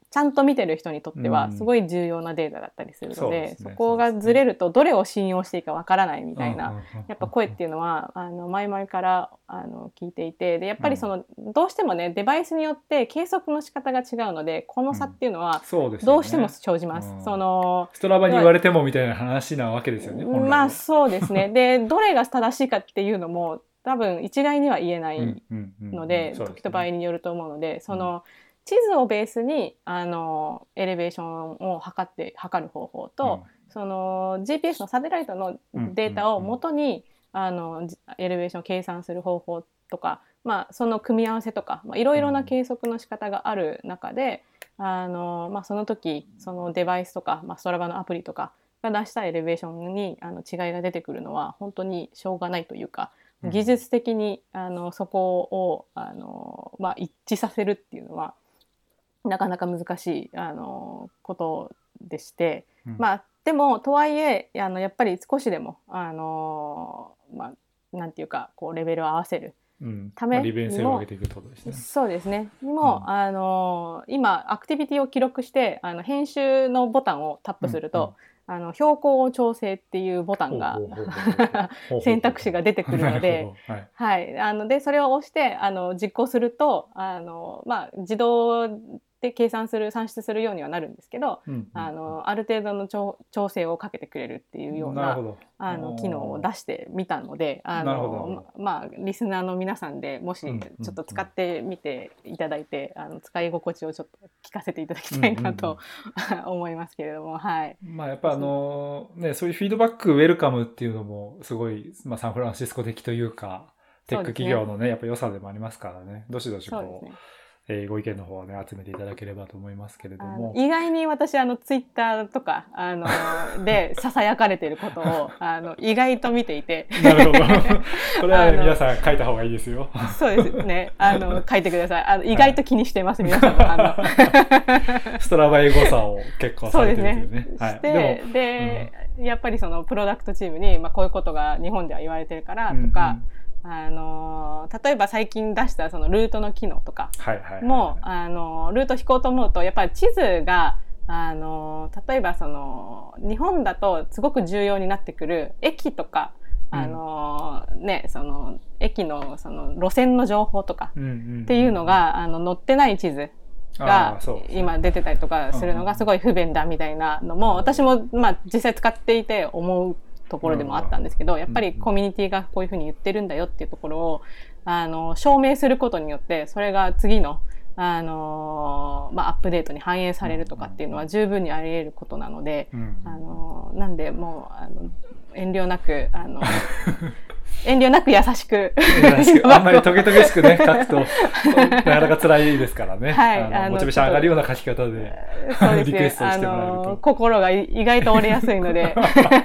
Speaker 3: ちゃんと見てる人にとってはすごい重要なデータだったりするので、うん、そ, そこがずれるとどれを信用していいかわからないみたいな、やっぱ声っていうのはあの前々からあの聞いていて、でやっぱりその、うん、どうしてもねデバイスによって計測の仕方が違うので、この差っていうのはどうしても生じます。うん、その
Speaker 2: ストラバに言われてもみたいな話なわけですよね。
Speaker 3: まあそうですね。でどれが正しいかっていうのも多分一概には言えないので、時と場合によると思うので、その地図をベースにあのエレベーションを測って測る方法と、うん、その ジーピーエス のサテライトのデータを元に、うんうんうん、あのエレベーションを計算する方法とか、まあ、その組み合わせとか、まあ、いろいろな計測の仕方がある中で、あの、まあ、その時そのデバイスとか、まあ、ストラバのアプリとかが出したエレベーションにあの違いが出てくるのは本当にしょうがないというか、技術的にあのそこをあの、まあ、一致させるっていうのはなかなか難しいあのことでして、うん、まあでもとはいえあのやっぱり少しでもあの、まあ、なんていうかこうレベルを合わせるためにも、うんまあ、利便性を上げていくってことですね。そうですね。にも、うん、あの今アクティビティを記録してあの編集のボタンをタップすると、うんうん、あの標高を調整っていうボタンが選択肢が出てくるので、はいはい、あのでそれを押してあの実行するとあの、まあ、自動で計算する算出するようにはなるんですけど、うんうん、あのある程度の調整をかけてくれるっていうようなあの機能を出してみたので、あのまあリスナーの皆さんでもしちょっと使ってみていただいて、うんうんうん、あの使い心地をちょっと聞かせていただきたいなと、うんうんうん、思いますけれども、はい。
Speaker 2: まあやっぱあのねそういうフィードバックウェルカムっていうのもすごい、まあ、サンフランシスコ的というかテック企業のねやっぱ良さでもありますからね、どしどしこう。えー、ご意見の方をね集めていただければと思いますけれども、
Speaker 3: 意外に私あのツイッターとかあのでささやかれていることをあの意外と見ていて
Speaker 2: なるほどこれは、ね、皆さん書いた方がいいですよ。
Speaker 3: そうですね、あの書いてください。あの意外と気にしてます、はい、皆さんあ
Speaker 2: のストラバエゴサを結構されてるというね。
Speaker 3: はい、でもで、うん、やっぱりそのプロダクトチームに、まあ、こういうことが日本では言われてるからとか、うんうんあの例えば最近出したそのルートの機能とかもあのルート引こうと思うとやっぱり地図があの例えばその日本だとすごく重要になってくる駅とかあの、うんね、その駅のその路線の情報とかっていうのが、うんうんうん、あの載ってない地図が今出てたりとかするのがすごい不便だみたいなのも私もまあ実際使っていて思うところでもあったんですけど、やっぱりコミュニティがこういうふうに言ってるんだよっていうところをあの証明することによってそれが次の、あのまあ、アップデートに反映されるとかっていうのは十分にあり得ることなので、あのなんでもうあの遠慮なくあの遠慮なく優しく
Speaker 2: あんまりトゲトゲしくね書くとなかなか辛いですからね、はい、あのモチベーション上がるような書き方でそうです、ね、リクエストしてもらえると、
Speaker 3: あの心が意外と折れやすいので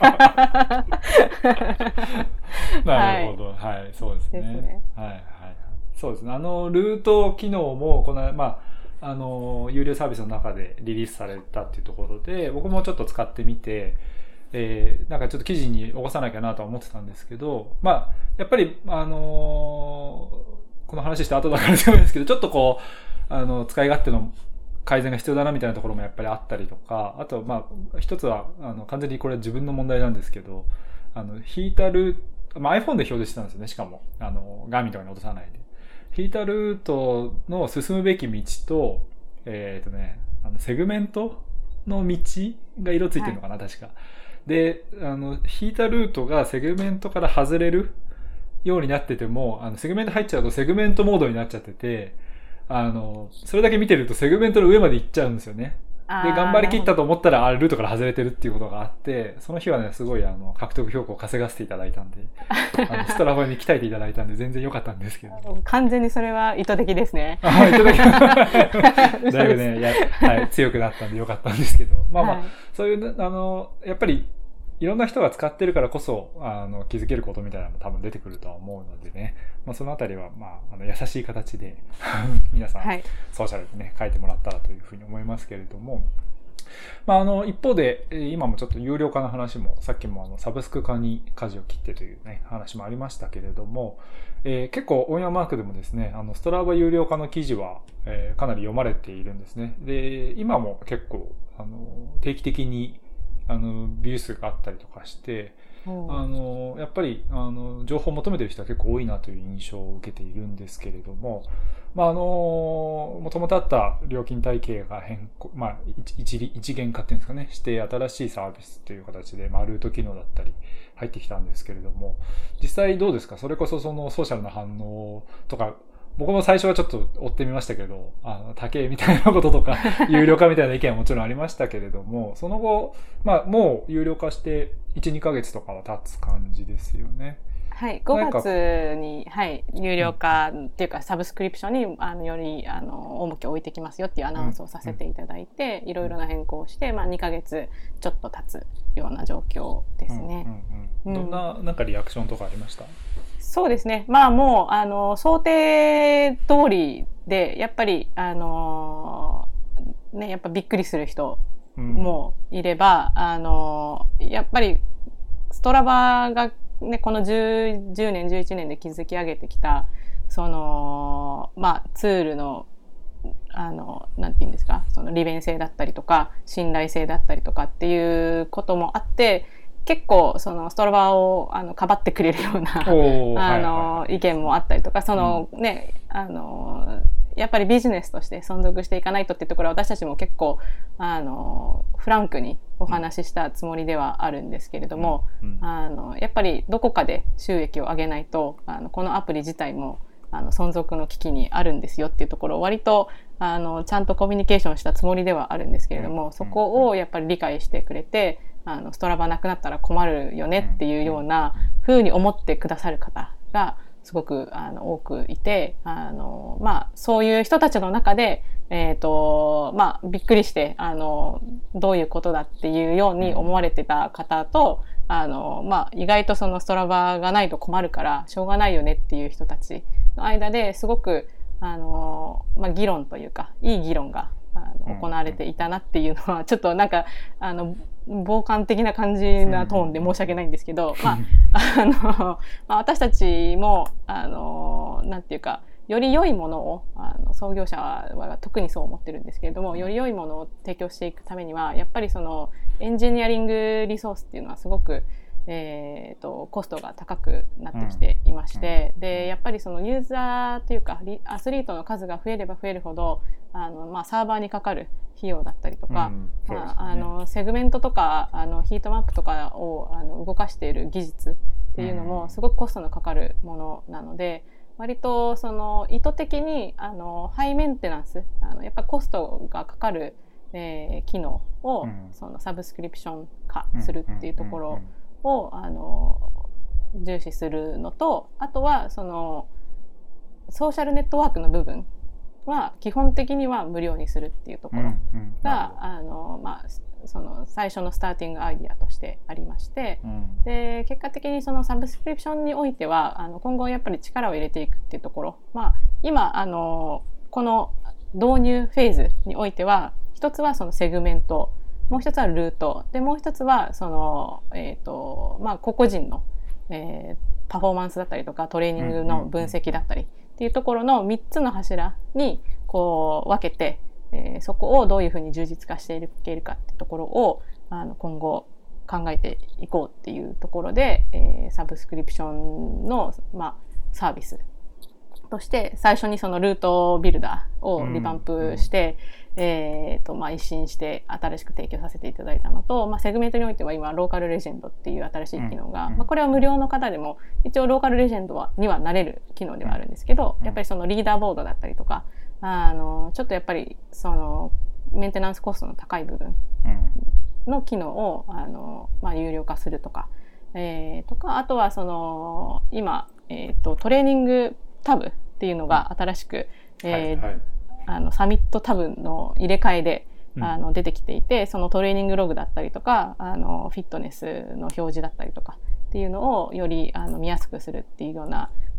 Speaker 2: なるほど、はい、はい、そうですね、ですね、はいはい、そうですね。あのルート機能もこのまああの有料サービスの中でリリースされたっていうところで僕もちょっと使ってみて。えー、なんかちょっと記事に起こさなきゃなとは思ってたんですけど、まあ、やっぱり、あのー、この話して後だから強いんですけど、ちょっとこう、あの、使い勝手の改善が必要だなみたいなところもやっぱりあったりとか、あと、まあ、一つは、あの、完全にこれは自分の問題なんですけど、あの、引いたルート、まあ、iPhone で表示してたんですよね、しかも。あの、ガーミンとかに落とさないで。引いたルートの進むべき道と、えっとね、あの、セグメントの道が色ついてるのかな、はい、確か。で、あの、引いたルートがセグメントから外れるようになってても、あの、セグメント入っちゃうとセグメントモードになっちゃってて、あの、それだけ見てるとセグメントの上まで行っちゃうんですよね。で、頑張り切ったと思ったら、あれルートから外れてるっていうことがあって、その日はね、すごいあの、獲得標高を稼がせていただいたんで、あのストラバに鍛えていただいたんで全然良かったんですけど。
Speaker 3: 完全にそれは意図的ですね。
Speaker 2: あ、意図的。だいぶね、や、はい、強くなったんで良かったんですけど。まあまあ、はい、そういう、あの、やっぱり、いろんな人が使ってるからこそ、あの、気づけることみたいなのも多分出てくるとは思うのでね。まあ、そのあたりは、まあ、あの、優しい形で、皆さん、はい、ソーシャルでね、書いてもらったらというふうに思いますけれども。 まあ、あの一方で今もちょっと有料化の話もさっきもあのサブスク化に舵を切ってというね話もありましたけれども、えー、結構オンヤマークでもですねあのストラバ有料化の記事は、えー、かなり読まれているんですね。で今も結構あの定期的にあのビュー数があったりとかして、あのやっぱりあの情報を求めている人は結構多いなという印象を受けているんですけれども、まあ、あのもともとあった料金体系が変更、まあ、一, 一元化っていうんですかねして新しいサービスという形で、まあ、ルート機能だったり入ってきたんですけれども、実際どうですか？それこそそのソーシャルな反応とか、僕も最初はちょっと追ってみましたけど、あの、高えみたいなこととか、有料化みたいな意見はもちろんありましたけれども、その後、まあ、もう有料化していち、にかげつとかは経つ感じですよね。
Speaker 4: はい、ごがつに、はい、有料化っていうか、サブスクリプションにあのよりあの重きを置いてきますよっていうアナウンスをさせていただいて、いろいろな変更をして、まあ、にかげつちょっと経つような状況ですね。
Speaker 2: うんうんうん、どんな、なんかリアクションとかありました？
Speaker 4: そうですね。まあもう、あの、想定通りで、やっぱり、あの、ね、やっぱびっくりする人もいれば、うん、あの、やっぱり、ストラバがね、この 10, 10年、じゅういちねんで築き上げてきた、その、まあ、ツールの、あの、なんていうんですか、その利便性だったりとか、信頼性だったりとかっていうこともあって、結構そのストラバをあのかばってくれるようなあの、はいはい、意見もあったりとか、その、うん、ね、あのやっぱりビジネスとして存続していかないとっていうところは私たちも結構あのフランクにお話ししたつもりではあるんですけれども、うんうん、あのやっぱりどこかで収益を上げないとあのこのアプリ自体もあの存続の危機にあるんですよっていうところを割とあのちゃんとコミュニケーションしたつもりではあるんですけれども、そこをやっぱり理解してくれて、あのストラバなくなったら困るよねっていうような風に思ってくださる方がすごくあの多くいて、あの、まあ、そういう人たちの中で、えっと、まあ、びっくりして、あの、どういうことだっていうように思われてた方と、あの、まあ、意外とそのストラバがないと困るからしょうがないよねっていう人たちの間ですごく、あの、まあ、議論というか、いい議論があの行われていたなっていうのは、ちょっとなんか、あの、傍観的な感じなトーンで申し訳ないんですけど、まあ、あの、まあ、私たちも、あの、なんていうか、より良いものを、あの、創業者は特にそう思ってるんですけれども、より良いものを提供していくためには、やっぱりその、エンジニアリングリソースっていうのはすごく、えーと、コストが高くなってきていまして、うん、で、やっぱりそのユーザーというか、アスリートの数が増えれば増えるほど、あの、まあ、サーバーにかかる費用だったりとか、うんまあ、あのセグメントとかあのヒートマップとかをあの動かしている技術っていうのもすごくコストのかかるものなので、割とその意図的にあのハイメンテナンス、あのやっぱコストがかかる、えー、機能を、うん、そのサブスクリプション化するっていうところを、あの重視するのと、あとはそのソーシャルネットワークの部分は基本的には無料にするっていうところが、うんうん、あのまあその最初のスターティングアイディアとしてありまして、うん、で結果的にそのサブスクリプションにおいてはあの今後やっぱり力を入れていくっていうところ、まあ今あのこの導入フェーズにおいては一つはそのセグメント、もう一つはルートで、もう一つはそのえっとまあ個々人の、えー、パフォーマンスだったりとかトレーニングの分析だったりっていうところのみっつの柱にこう分けて、えー、そこをどういうふうに充実化していけるかっていうところをあの今後考えていこうっていうところで、えー、サブスクリプションの、まあ、サービスとして最初にそのルートビルダーをリバンプして、うんえーとまあ、一新して新しく提供させていただいたのと、まあ、セグメントにおいては今ローカルレジェンドっていう新しい機能が、うんまあ、これは無料の方でも一応ローカルレジェンドはにはなれる機能ではあるんですけど、やっぱりそのリーダーボードだったりとかあのちょっとやっぱりそのメンテナンスコストの高い部分の機能をあの、まあ、有料化するとか、えー、とかあとはその今、えーと、トレーニングタブっていうのが新しく、うんえーはいはいあのサミットタブの入れ替えで、うん、あの出てきていて、そのトレーニングログだったりとかあのフィットネスの表示だったりとかっていうのをよりあの見やすくするっていうような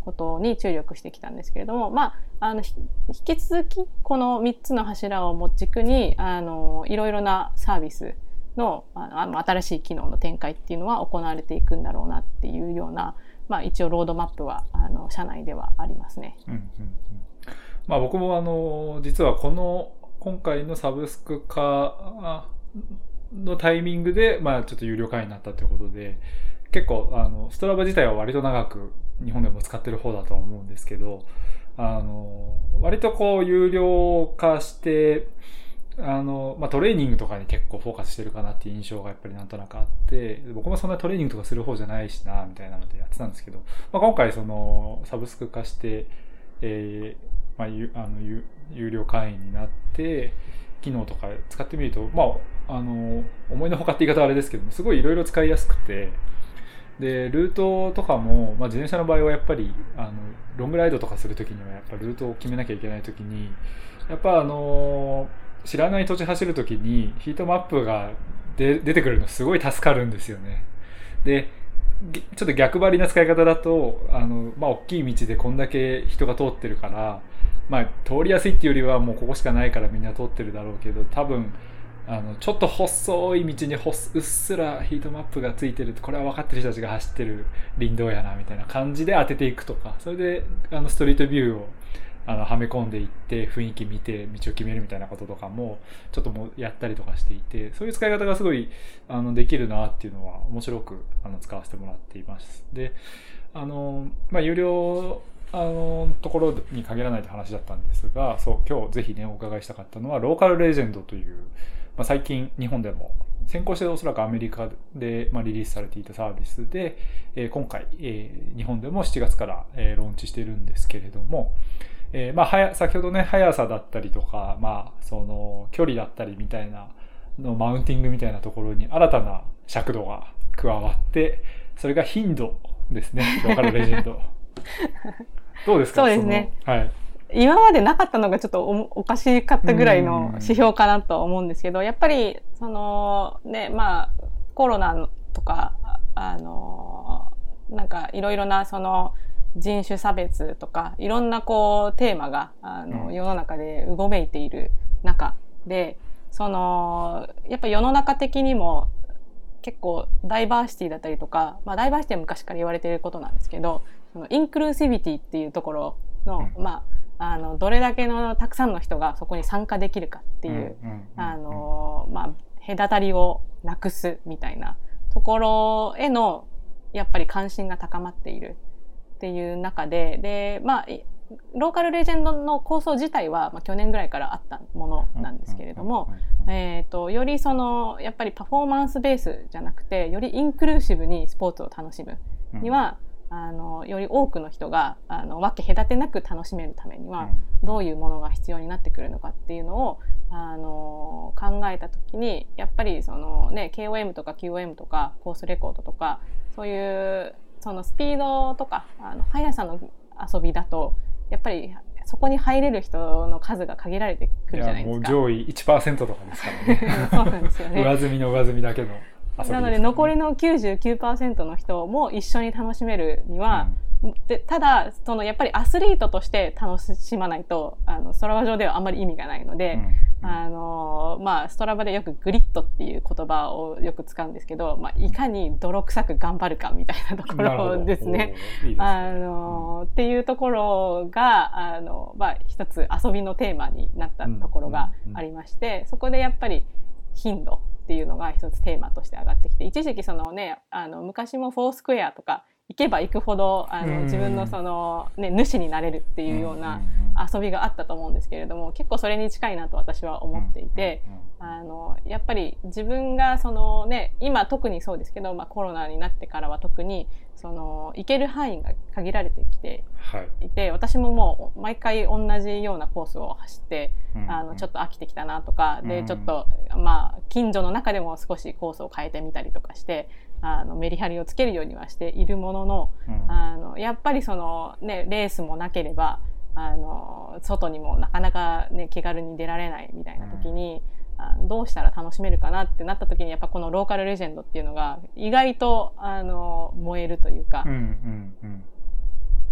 Speaker 4: ことに注力してきたんですけれども、まあ、あの引き続きこのみっつの柱をも軸にあのいろいろなサービスの、あの新しい機能の展開っていうのは行われていくんだろうなっていうような、まあ、一応ロードマップはあの社内ではありますね。
Speaker 2: うんうんうん、まあ、僕もあの実はこの今回のサブスク化のタイミングで、まあ、ちょっと有料会員になったということで、結構あのストラバ自体は割と長く日本でも使ってる方だとは思うんですけど、あの割とこう有料化してあの、まあ、トレーニングとかに結構フォーカスしてるかなっていう印象がやっぱりなんとなくあって、僕もそんなトレーニングとかする方じゃないしなみたいなのでやってたんですけど、まあ、今回そのサブスク化して、えーまあ、ゆあの有有料会員になって機能とか使ってみると、まあ、あの思いのほかって言い方はあれですけども、すごいいろいろ使いやすくて、でルートとかも、まあ、自転車の場合はやっぱりあのロングライドとかするときにはやっぱルートを決めなきゃいけないときに、やっぱあの知らない土地走るときにヒートマップがで出てくるのすごい助かるんですよね。でちょっと逆張りな使い方だと、あの、まあ、大きい道でこんだけ人が通ってるから、まあ、通りやすいっていうよりはもうここしかないからみんな通ってるだろうけど、多分あのちょっと細い道にほうっすらヒートマップがついてる、これは分かってる人たちが走ってる林道やなみたいな感じで当てていくとか、それであのストリートビューをあのはめ込んでいって雰囲気見て道を決めるみたいなこととかもちょっともうやったりとかしていて、そういう使い方がすごいあのできるなっていうのは面白くあの使わせてもらっています。で、あのまあ有料あのところに限らないという話だったんですが、そう今日ぜひねお伺いしたかったのはローカルレジェンドという、まあ、最近日本でも先行しておそらくアメリカで、まあ、リリースされていたサービスで、えー、今回、えー、日本でもしちがつから、えー、ローンチしているんですけれども、えーまあ、はや先ほどね速さだったりとか、まあ、その距離だったりみたいなのマウンティングみたいなところに新たな尺度が加わって、それが頻度ですね。ローカルレジェンドどうですか？
Speaker 4: そうですね、
Speaker 2: はい、
Speaker 4: 今までなかったのがちょっと お, おかしかったぐらいの指標かなと思うんですけど、やっぱりそのね、まあコロナとかあのなんかいろいろなその人種差別とかいろんなこうテーマがあの世の中でうごめいている中で、そのやっぱ世の中的にも結構ダイバーシティだったりとか、まあダイバーシティは昔から言われていることなんですけど、そのインクルーシビティっていうところの、まああのどれだけのたくさんの人がそこに参加できるかっていうあのまあ隔たりをなくすみたいなところへのやっぱり関心が高まっているっていう中で、でまあローカルレジェンドの構想自体は、まあ、去年ぐらいからあったものなんですけれども、えーと、よりそのやっぱりパフォーマンスベースじゃなくて、よりインクルーシブにスポーツを楽しむには、うん、あのより多くの人があの分け隔てなく楽しめるためには、うん、どういうものが必要になってくるのかっていうのをあの考えた時に、やっぱりその、ね、ケーオーエム とか キューオーエム とかコースレコードとかそういうそのスピードとかあの速さの遊びだとやっぱりそこに入れる人の数が限られてくるじゃないですか。
Speaker 2: いやもう上位 いちパーセント とかですからね
Speaker 4: そうなんですよね。
Speaker 2: 上積みの上積みだけの遊びですからね。
Speaker 4: なので残りの きゅうじゅうきゅうパーセント の人も一緒に楽しめるには、うん、でただそのやっぱりアスリートとして楽しまないとあのストラバ上ではあんまり意味がないので、うん、あのまあ、ストラバでよくグリッドっていう言葉をよく使うんですけど、まあ、いかに泥臭く頑張るかみたいなところですね。いいですね、あの、うん、っていうところがあの、まあ、一つ遊びのテーマになったところがありまして、うんうんうん、そこでやっぱり頻度っていうのが一つテーマとして上がってきて、一時期その、ね、あの昔もフォースクエアとか行けば行くほどあの自分のその、ね、主になれるっていうような遊びがあったと思うんですけれども、結構それに近いなと私は思っていて、あのやっぱり自分がその、ね、今特にそうですけど、まあ、コロナになってからは特にその行ける範囲が限られてきていて、はい、私ももう毎回同じようなコースを走って、うん、あのちょっと飽きてきたなとか、うん、でちょっと、まあ、近所の中でも少しコースを変えてみたりとかしてあのメリハリをつけるようにはしているものの、うん、あのやっぱりその、ね、レースもなければあの外にもなかなか、ね、気軽に出られないみたいな時に、うん、あのどうしたら楽しめるかなってなった時にやっぱこのローカルレジェンドっていうのが意外とあの燃えるというか、うんうんうん、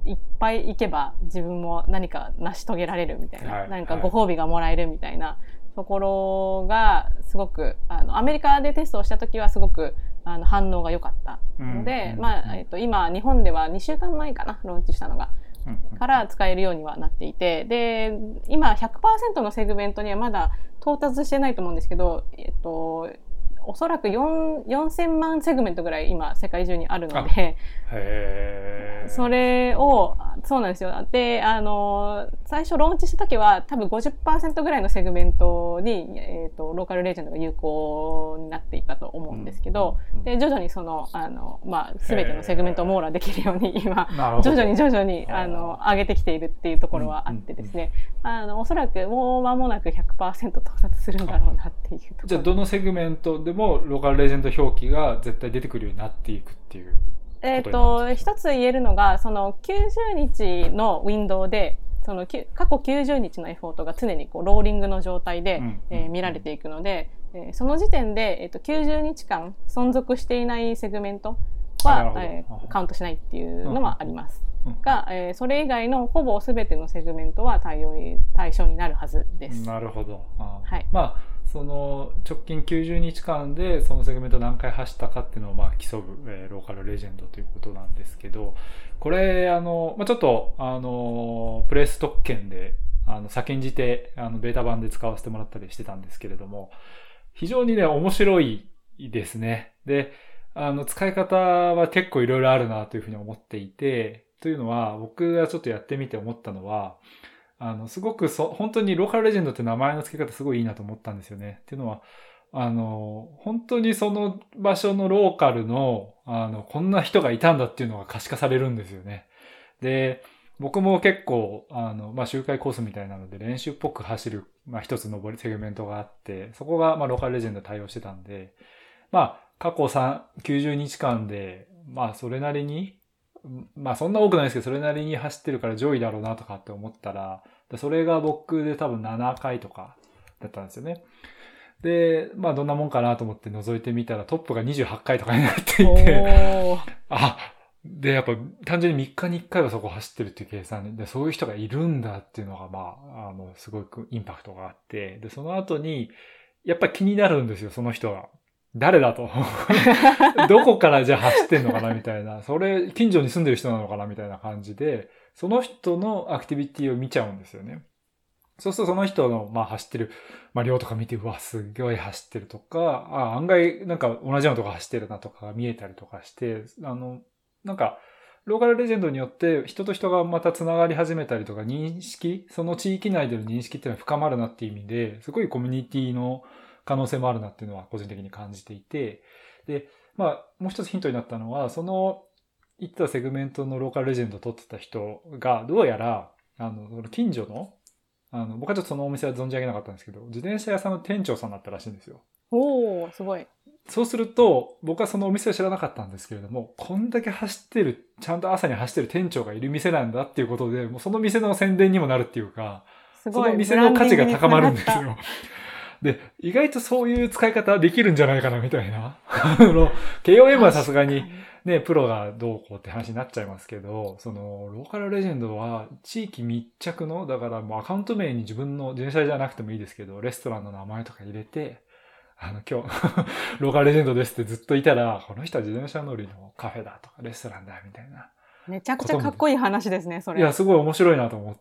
Speaker 4: いっぱい行けば自分も何か成し遂げられるみたいな、
Speaker 2: はい、
Speaker 4: 何かご褒美がもらえるみたいなところがすごくあのアメリカでテストをした時はすごくあの反応が良かったので、うんまあえっと、今日本ではにしゅうかんまえかなローンチしたのが。から使えるようにはなっていて、で今 ひゃくパーセント のセグメントにはまだ到達してないと思うんですけど、えっとおそらくよんせんまんセグメントぐらい今世界中にあるので、へー、それをそうなんですよ。であの最初ローンチした時は多分 ごじゅっパーセント ぐらいのセグメントに、えー、とローカルレジェンドが有効になっていたと思うんですけど、うんうん、で徐々にそのあの、まあ、全てのセグメントを網羅できるように今徐々に徐々にあの上げてきているっていうところはあってですね、うんうん、あのおそらくもう間もなく ひゃくパーセント 到達するんだろうなっていうところ。
Speaker 2: じゃあどのセグメントでもローカルレジェンド表記が絶対出てくるようになっていくっていう
Speaker 4: えっと一つ言えるのがそのきゅうじゅうにちのウィンドウでその過去きゅうじゅうにちのエフォートが常にこうローリングの状態で、うんえー、見られていくので、えー、その時点で、えー、ときゅうじゅうにちかん存続していないセグメントは、えー、カウントしないっていうのはあります、うん、が、えー、それ以外のほぼ全てのセグメントは対応に対象になるはずです。
Speaker 2: なるほど。あ、
Speaker 4: はい、
Speaker 2: まあその直近きゅうじゅうにちかんでそのセグメント何回走ったかっていうのをまあ競う、えー、ローカルレジェンドということなんですけど、これあの、まあ、ちょっとあのプレイス特権であの先んじてあのベータ版で使わせてもらったりしてたんですけれども、非常にね面白いですね。で、あの使い方は結構いろいろあるなというふうに思っていて、というのは僕がちょっとやってみて思ったのは、あの、すごくそ、本当にローカルレジェンドって名前の付け方すごいいいなと思ったんですよね。っていうのは、あの、本当にその場所のローカルの、あの、こんな人がいたんだっていうのが可視化されるんですよね。で、僕も結構、あの、まあ、周回コースみたいなので練習っぽく走る、まあ、一つのセグメントがあって、そこが、まあ、ローカルレジェンド対応してたんで、まあ、過去きゅうじゅうにちかんで、まあ、それなりに、まあそんな多くないですけど、それなりに走ってるから上位だろうなとかって思ったら、それが僕で多分ななかいとかだったんですよね。で、まあどんなもんかなと思って覗いてみたらトップがにじゅうはちかいとかになっていて、あ、で、やっぱ単純にみっかにいっかいはそこ走ってるっていう計算で、そういう人がいるんだっていうのがまあ、あの、すごくインパクトがあって、で、その後に、やっぱ気になるんですよ、その人が。誰だとどこからじゃあ走ってんのかなみたいな。それ、近所に住んでる人なのかなみたいな感じで、その人のアクティビティを見ちゃうんですよね。そうするとその人の、まあ走ってる、まあ量とか見て、うわ、すごい走ってるとか、あ、案外なんか同じようなとこ走ってるなとかが見えたりとかして、あの、なんか、ローカルレジェンドによって人と人がまた繋がり始めたりとか認識、その地域内での認識っていうのは深まるなっていう意味で、すごいコミュニティの可能性もあるなっていうのは個人的に感じていて、で、まあ、もう一つヒントになったのは、その、言ったセグメントのローカルレジェンドを取ってた人が、どうやら、あの、近所の、あの、僕はちょっとそのお店は存じ上げなかったんですけど、自転車屋さんの店長さんだったらしいんですよ。
Speaker 4: おー、すごい。
Speaker 2: そうすると、僕はそのお店を知らなかったんですけれども、こんだけ走ってる、ちゃんと朝に走ってる店長がいる店なんだっていうことで、もうその店の宣伝にもなるっていうか、すごい、その店の価値が高まるんですよ。で、意外とそういう使い方できるんじゃないかなみたいな。ケーオーエム はさすがにね、プロがどうこうって話になっちゃいますけど、その、ローカルレジェンドは地域密着の、だからもうアカウント名に自分の自転車じゃなくてもいいですけど、レストランの名前とか入れて、あの、今日、ローカルレジェンドですってずっといたら、この人は自転車乗りのカフェだとかレストランだみたいな。
Speaker 4: めちゃくちゃかっこいい話ですね、それ。
Speaker 2: いや、すごい面白いなと思って、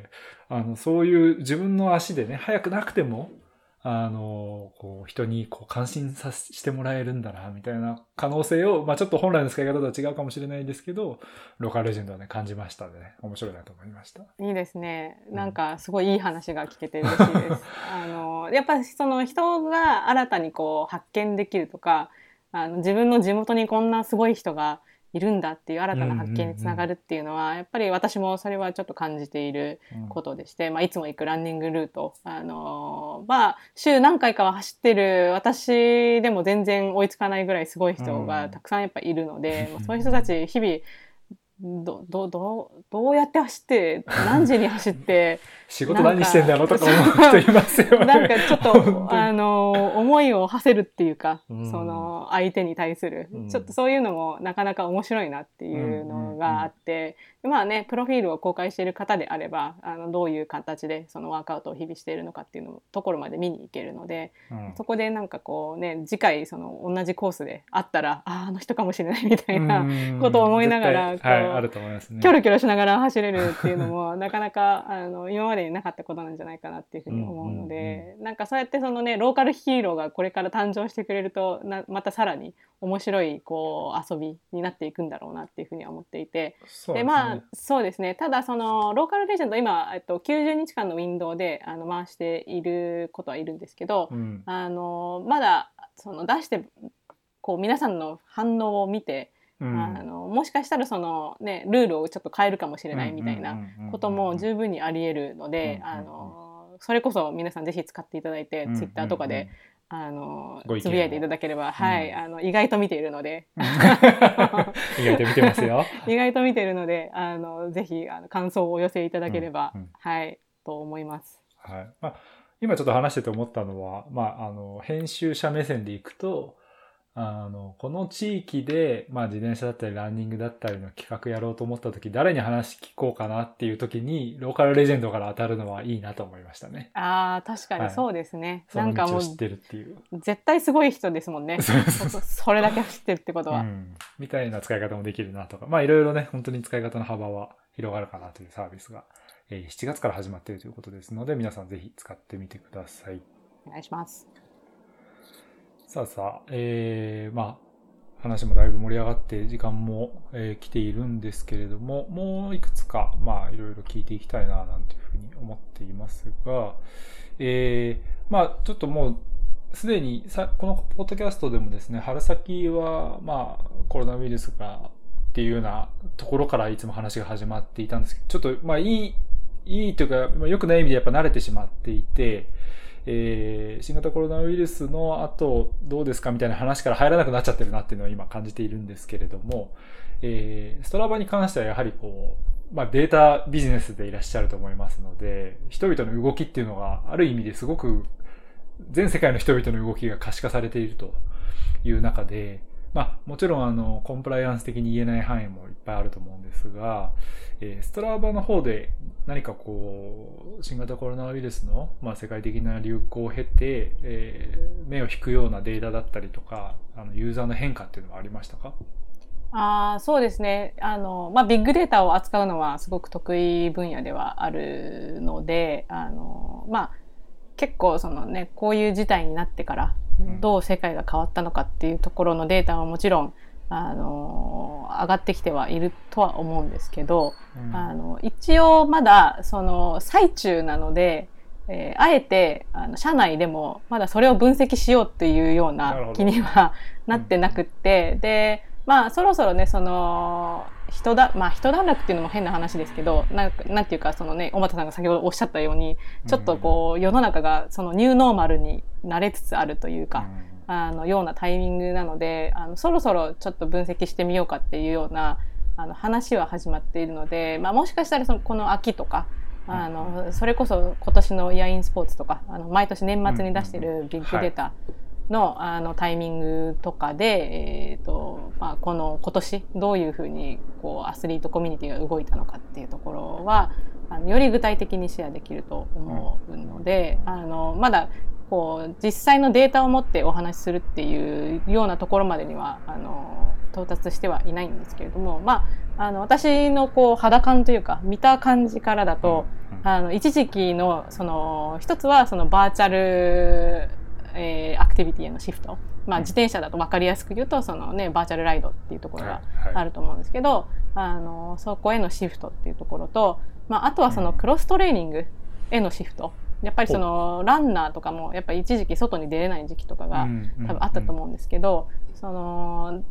Speaker 2: あの、そういう自分の足でね、早くなくても、あの、こう、人にこう感心させてもらえるんだな、みたいな可能性を、まあちょっと本来の使い方とは違うかもしれないですけど、ローカルレジェンドはね、感じましたのでね、面白いなと思いました。
Speaker 4: いいですね。なんか、すごいいい話が聞けて嬉しいです。あの、やっぱりその人が新たにこう発見できるとか、あの自分の地元にこんなすごい人がいるんだっていう新たな発見につながるっていうのは、うんうんうん、やっぱり私もそれはちょっと感じていることでして、うん、まあいつも行くランニングルート、あのまあ週何回かは走ってる私でも全然追いつかないぐらいすごい人がたくさんやっぱいるので、うん、そういう人たち日々どどどどうやって走って何時に走って
Speaker 2: 仕事何してんだろうとか思う人いますよね。
Speaker 4: なんかちょっと、あの、思いを馳せるっていうか、うん、その、相手に対する、うん、ちょっとそういうのもなかなか面白いなっていうのがあって、うんうんうん、まあね、プロフィールを公開している方であれば、あの、どういう形でそのワークアウトを日々しているのかっていうのところまで見に行けるので、うん、そこでなんかこうね、次回その同じコースで会ったら、ああ、あの人かもしれないみたいなことを思いながら、こう、はい、あると思いますね。キョロキョロしながら走れるっていうのも、なかなか、あの、今までになかったことなんじゃないかなっていうふうに思うので、うんうんうん、なんかそうやってそのね、ローカルヒーローがこれから誕生してくれると、なまたさらに面白いこう遊びになっていくんだろうなっていうふうには思っていて、で、ね、まあそうですね、ただそのローカルレジェンド今、えっと、きゅうじゅうにちかんのウィンドウであの回していることはいるんですけど、うん、あのまだその出してこう皆さんの反応を見て、うん、あのもしかしたらその、ね、ルールをちょっと変えるかもしれないみたいなことも十分にあり得るので、あのそれこそ皆さんぜひ使っていただいて、うん、ツイッターとかであのつぶやいていただければ、はい、うん、あの意外と見ているので
Speaker 2: 意外と見てますよ
Speaker 4: 意外と見ているので、あのぜひあの感想をお寄せいただければ、うんうん、はいと思います。
Speaker 2: はい、まあ、今ちょっと話してて思ったのは、まあ、あの編集者目線でいくと、あのこの地域で、まあ、自転車だったりランニングだったりの企画やろうと思った時、誰に話聞こうかなっていう時にローカルレジェンドから当たるのはいいなと思いましたね。
Speaker 4: ああ、確かにそうですね、
Speaker 2: はい、なんかもう知ってるっていう
Speaker 4: 絶対すごい人ですもんねそれだけ知ってるってことは、うん、
Speaker 2: みたいな使い方もできるなとか、まあいろいろね、本当に使い方の幅は広がるかなというサービスが、えー、しちがつから始まっているということですので、皆さんぜひ使ってみてください。
Speaker 4: お願いします。
Speaker 2: さあさあ、えー、まあ話もだいぶ盛り上がって時間も、えー、来ているんですけれども、もういくつかまあいろいろ聞いていきたいななんていうふうに思っていますが、えー、まあちょっともうすでにさこのポッドキャストでもですね、春先はまあコロナウイルスがっていうようなところからいつも話が始まっていたんですけど、ちょっとまあいいいいというか、まあ、良くない意味でやっぱ慣れてしまっていて、えー、新型コロナウイルスの後どうですかみたいな話から入らなくなっちゃってるなっていうのを今感じているんですけれども、えー、ストラバに関してはやはりこう、まあ、データビジネスでいらっしゃると思いますので、人々の動きっていうのがある意味ですごく全世界の人々の動きが可視化されているという中で、まあ、もちろんあのコンプライアンス的に言えない範囲もいっぱいあると思うんですが、えー、ストラバの方で何かこう新型コロナウイルスの、まあ、世界的な流行を経て、えー、目を引くようなデータだったりとか、あのユーザーの変化っていうのはありましたか？
Speaker 4: あ、そうですね。あの、まあ、ビッグデータを扱うのはすごく得意分野ではあるので、あの、まあ、結構そのね、こういう事態になってからどう世界が変わったのかっていうところのデータはもちろんあの上がってきてはいるとは思うんですけど、うん、あの一応まだその最中なので、えー、あえてあの社内でもまだそれを分析しようっていうような気にはなってなくって、うん、でまあそろそろねその人だまあ人段落っていうのも変な話ですけど、なんかなんていうかそのね小俣さんが先ほどおっしゃったようにちょっとこう世の中がそのニューノーマルに慣れつつあるというか、うん、あのようなタイミングなので、あのそろそろちょっと分析してみようかっていうようなあの話は始まっているので、まあ、もしかしたらそのこの秋とかあのそれこそ今年のイヤインスポーツとかあの毎年年末に出してるビッグデータの、あのタイミングとかで、えーとまあ、この今年どういうふうにこうアスリートコミュニティが動いたのかっていうところはあのより具体的にシェアできると思うので、あのまだこう実際のデータを持ってお話しするっていうようなところまでにはあの到達してはいないんですけれども、まあ、あの私のこう肌感というか見た感じからだと、あの一時期のその一つはそのバーチャルえー、アクティビティへのシフト、まあ、自転車だと分かりやすく言うとその、ね、バーチャルライドっていうところがあると思うんですけど、はいはい、あのそこへのシフトっていうところと、まあ、あとはそのクロストレーニングへのシフト、やっぱりそのランナーとかもやっぱり一時期外に出れない時期とかが多分あったと思うんですけど、その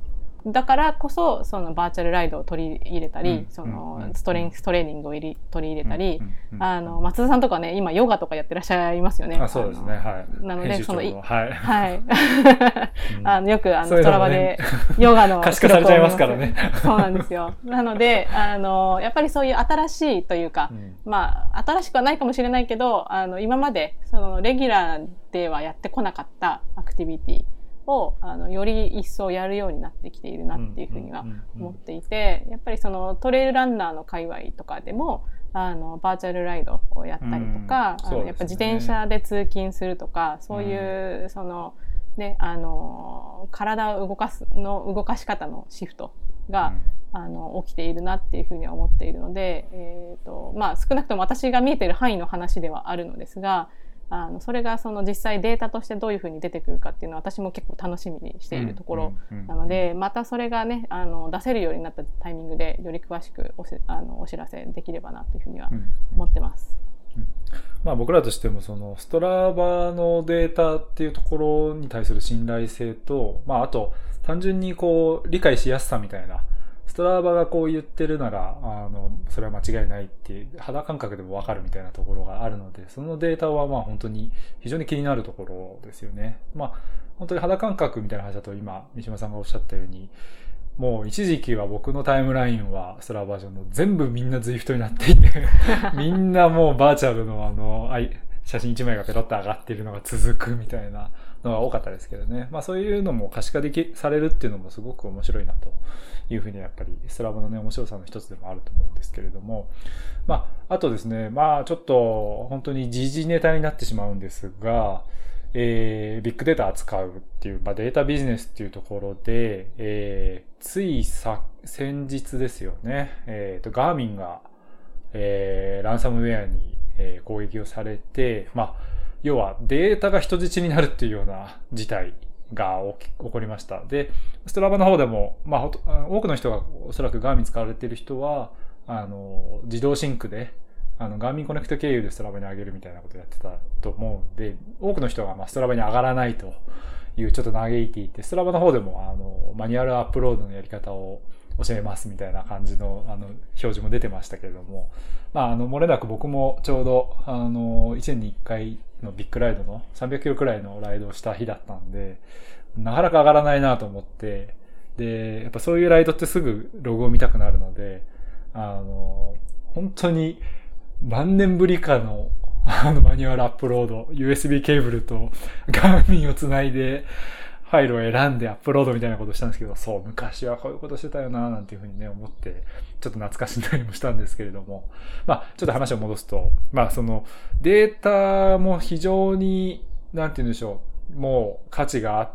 Speaker 4: だからこそそのバーチャルライドを取り入れたり、
Speaker 2: うん、
Speaker 4: その
Speaker 2: うん、
Speaker 4: ストレングストレーニングを入れ取り入れたり、
Speaker 2: うん、
Speaker 4: あの松田さんとかね今ヨガとかやってらっしゃいますよね。
Speaker 2: あ、そうですね、はい。
Speaker 4: なのでその
Speaker 2: はい、
Speaker 4: はい、
Speaker 2: うん、
Speaker 4: あのよくあの
Speaker 2: そういうのね、
Speaker 4: ストラバでヨガの
Speaker 2: 可視化されちゃいますからね。
Speaker 4: そうなんですよ。なのであのやっぱりそういう新しいというか、うん、まあ新しくはないかもしれないけど、あの今までそのレギュラーではやってこなかったアクティビティをあのより一層やるようになってきているなっていうふうには思っていて、やっぱりそのトレイルランナーの界隈とかでもあのバーチャルライドをやったりとか、うん、あのやっぱ自転車で通勤するとか、そういう、うん、そのね、あの体を動かすの動かし方のシフトが、うん、あの起きているなっていうふうには思っているので、えーとまあ、少なくとも私が見えている範囲の話ではあるのですが、あのそれがその実際データとしてどういうふうに出てくるかっていうのは私も結構楽しみにしているところなので、またそれがねあの出せるようになったタイミングでより詳しくおしあのお知らせできればなというふうには思ってます。
Speaker 2: うんうん、まあ、僕らとしてもそのストラバのデータっていうところに対する信頼性と、まあ、あと単純にこう理解しやすさみたいな、ストラバがこう言ってるならあのそれは間違いないっていう肌感覚でも分かるみたいなところがあるので、そのデータはまあ本当に非常に気になるところですよね。まあ本当に肌感覚みたいな話だと今三島さんがおっしゃったように、もう一時期は僕のタイムラインはストラバージョンの全部みんなズイフトになっていてみんなもうバーチャルのあの写真一枚がペロッと上がっているのが続くみたいなのが多かったですけどね。まあそういうのも可視化できされるっていうのもすごく面白いなというふうにやっぱりストラバのね面白さの一つでもあると思うんですけれども、まああとですね、まあちょっと本当に時事ネタになってしまうんですが、えー、ビッグデータ扱うっていう、まあ、データビジネスっていうところで、えー、ついさ先日ですよね、えーと、ガーミンが、えー、ランサムウェアに、えー、攻撃をされて、まあ、要はデータが人質になるっていうような事態が起こりました。で、ストラバの方でも、まあ、多くの人がおそらくガーミン使われている人は、あの、自動シンクで、あの、ガーミンコネクト経由でストラバに上げるみたいなことをやってたと思うんで、多くの人がまあストラバに上がらないというちょっと嘆いていて、ストラバの方でもあの、マニュアルアップロードのやり方を教えますみたいな感じのあの、表示も出てましたけれども、まあ、あの、漏れなく僕もちょうど、あの、いちねんにいっかいのビッグライドのさんびゃくキロくらいのライドをした日だったんで、なかなか上がらないなと思って、で、やっぱそういうライドってすぐログを見たくなるので、あの、本当に何年ぶりかのあのマニュアルアップロード、ユーエスビー ケーブルとガーミンをつないでファイルを選んでアップロードみたいなことをしたんですけど、そう、昔はこういうことしてたよななんていうふうにね、思って、ちょっと懐かしんだりもしたんですけれども、まあ、ちょっと話を戻すと、まあ、そのデータも非常に、なんて言うんでしょう、もう価値があって、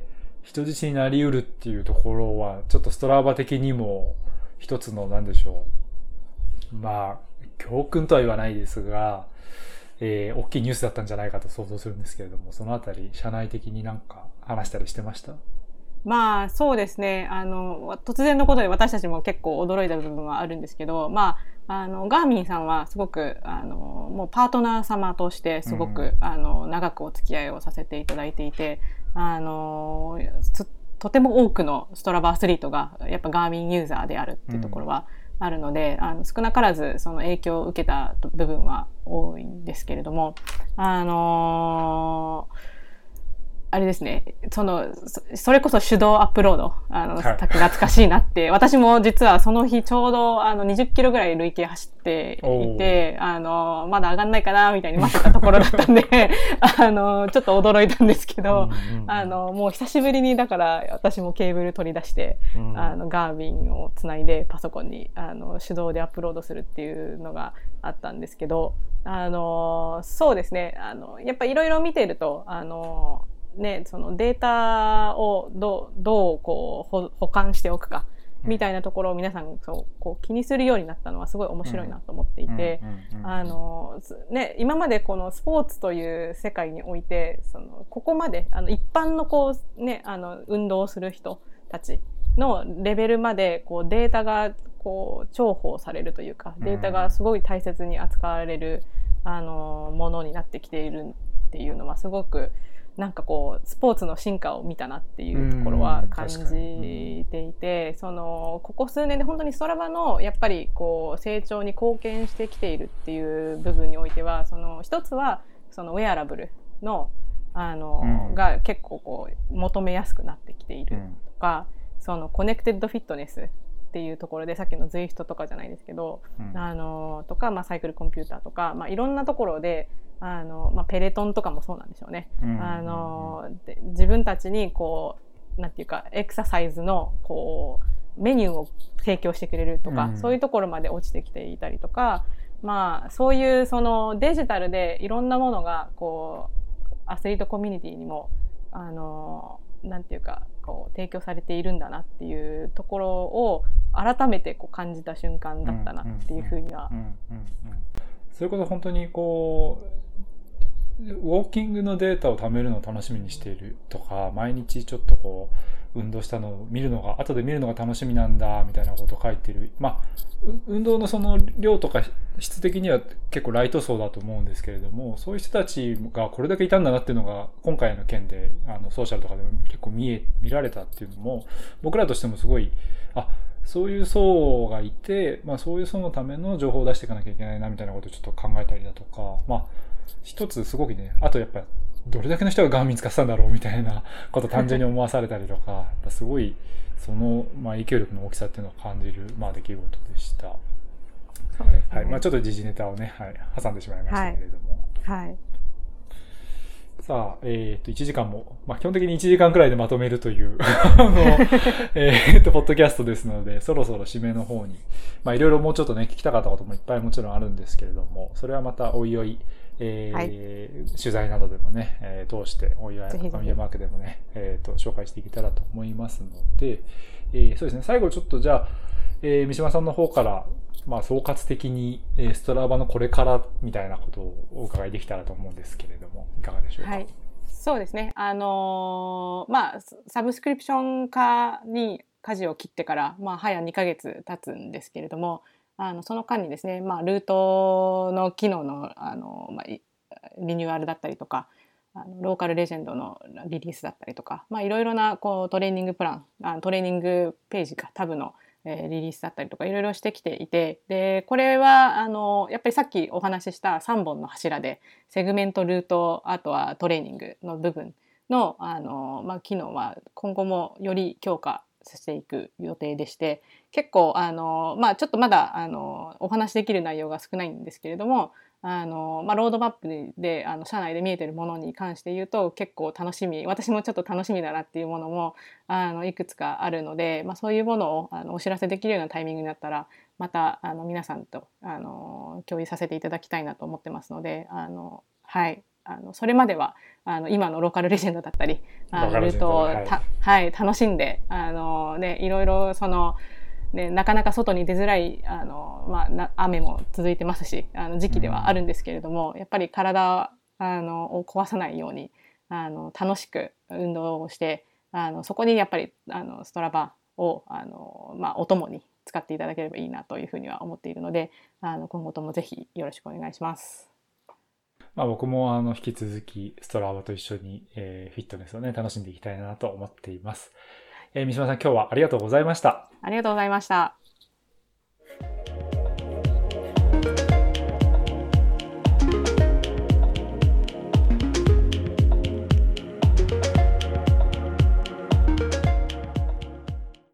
Speaker 2: 人質になり得るっていうところは、ちょっとストラバ的にも一つの、なんでしょう、まあ、教訓とは言わないですが、えー、大きいニュースだったんじゃないかと想像するんですけれども、そのあたり、社内的になんか話したりしてました？
Speaker 4: まあそうですね、あの突然のことで私たちも結構驚いた部分はあるんですけど、まあ、あのガーミンさんはすごくあのもうパートナー様としてすごく、うん、あの長くお付き合いをさせていただいていて、あのとても多くのストラバアスリートがやっぱガーミンユーザーであるっていうところはあるので、うん、あの少なからずその影響を受けた部分は多いんですけれども、あのーあれですね、その、それこそ手動アップロード、あの、はい、懐かしいなって、私も実はその日ちょうどあのにじゅっキロぐらい累計走っていて、あの、まだ上がんないかなみたいに待ってたところだったんで、あの、ちょっと驚いたんですけど、うんうん、あの、もう久しぶりにだから私もケーブル取り出して、うん、あの、ガーミンをつないでパソコンにあの手動でアップロードするっていうのがあったんですけど、あの、そうですね、あの、やっぱいろいろ見ていると、あの、ね、そのデータをどう、どうこう保管しておくかみたいなところを皆さんそうこう気にするようになったのはすごい面白いなと思っていて、あのね、今までこのスポーツという世界においてそのここまであの一般のこうねあの運動をする人たちのレベルまでこうデータがこう重宝されるというか、データがすごい大切に扱われるあのものになってきているっていうのはすごくなんかこうスポーツの進化を見たなっていうところは感じていて、そのここ数年で本当にストラバのやっぱりこう成長に貢献してきているっていう部分においては、その一つはそのウェアラブルのあの、うん、が結構こう求めやすくなってきているとか、うん、そのコネクテッドフィットネスっていうところで、さっきの ズイフト とかじゃないですけど、うん、あのとか、まあ、サイクルコンピューターとか、まあ、いろんなところであの、まあ、ペレトンとかもそうなんでしょうね、うん、あので自分たちにこうなんていうかエクササイズのこうメニューを提供してくれるとか、うん、そういうところまで落ちてきていたりとか、まあ、そういうそのデジタルでいろんなものがこうアスリートコミュニティにもあのなんていうかこう提供されているんだなっていうところを改めてこう感じた瞬間だったなっていうふうには。
Speaker 2: それこそ本当にこうウォーキングのデータを貯めるのを楽しみにしているとか、毎日ちょっとこう運動したのを見るのが後で見るのが楽しみなんだみたいなことを書いてる。まあ運動のその量とか質的には結構ライト層だと思うんですけれども、そういう人たちがこれだけいたんだなっていうのが今回の件であのソーシャルとかでも結構見え見られたっていうのも、僕らとしてもすごいあそういう層がいて、まあそういう層のための情報を出していかなきゃいけないなみたいなことをちょっと考えたりだとか、まあ一つすごくね、あとやっぱどれだけの人がガン見つかったんだろうみたいなことを単純に思わされたりとか、やっぱすごいその、まあ、影響力の大きさっていうのを感じる、まあ、出来事でした。
Speaker 4: そうですね。
Speaker 2: はい。まあちょっと時事ネタをね、はい、挟んでしまいましたけれども。
Speaker 4: はい。はい、
Speaker 2: さあ、えっと、いちじかんも、まあ基本的にいちじかんくらいでまとめるという、あの、えっと、ポッドキャストですので、そろそろ締めの方に、まあいろいろもうちょっとね、聞きたかったこともいっぱいもちろんあるんですけれども、それはまたおいおい、えーはい、取材などでもね、えー、通してお祝いファミリーマークでもね、えー、と紹介していけたらと思いますので、えー、そうですね、最後ちょっとじゃあ、えー、三島さんの方からまあ総括的に、えー、ストラバのこれからみたいなことをお伺いできたらと思うんですけれども、いかがでしょうか。
Speaker 4: はい、そうですね、あのー、まあサブスクリプション化に舵を切ってから、まあ、早にかげつ経つんですけれども、あのその間にですね、まあ、ルートの機能の、あの、まあ、リニューアルだったりとか、あのローカルレジェンドのリリースだったりとか、まあ、いろいろなこうトレーニングプラン、あトレーニングページかタブの、えー、リリースだったりとかいろいろしてきていて、でこれはあのやっぱりさっきお話ししたさんぼんの柱でセグメント、ルート、あとはトレーニングの部分の、あの、まあ、機能は今後もより強化していく予定でして、結構あの、まあ、ちょっとまだあのお話しできる内容が少ないんですけれども、あの、まあ、ロードマップであの社内で見えてるものに関して言うと結構楽しみ、私もちょっと楽しみだなっていうものもあのいくつかあるので、まあ、そういうものをあのお知らせできるようなタイミングになったらまたあの皆さんとあの共有させていただきたいなと思ってますので、あのはいあのそれまではあの今のローカルレジェンドだったりあのルートを、はいはい、楽しんであの、ね、いろいろその、ね、なかなか外に出づらいあの、まあ、な雨も続いてますし、あの時期ではあるんですけれども、うん、やっぱり体あのを壊さないようにあの楽しく運動をしてあのそこにやっぱりあのストラバをあの、まあ、お供に使っていただければいいなというふうには思っているので、あの今後ともぜひよろしくお願いします。
Speaker 2: まあ、僕もあの引き続きストラバと一緒に、えー、フィットネスをね楽しんでいきたいなと思っています。えー、三島さん、今日はありがとうございました。
Speaker 4: ありがとうございました。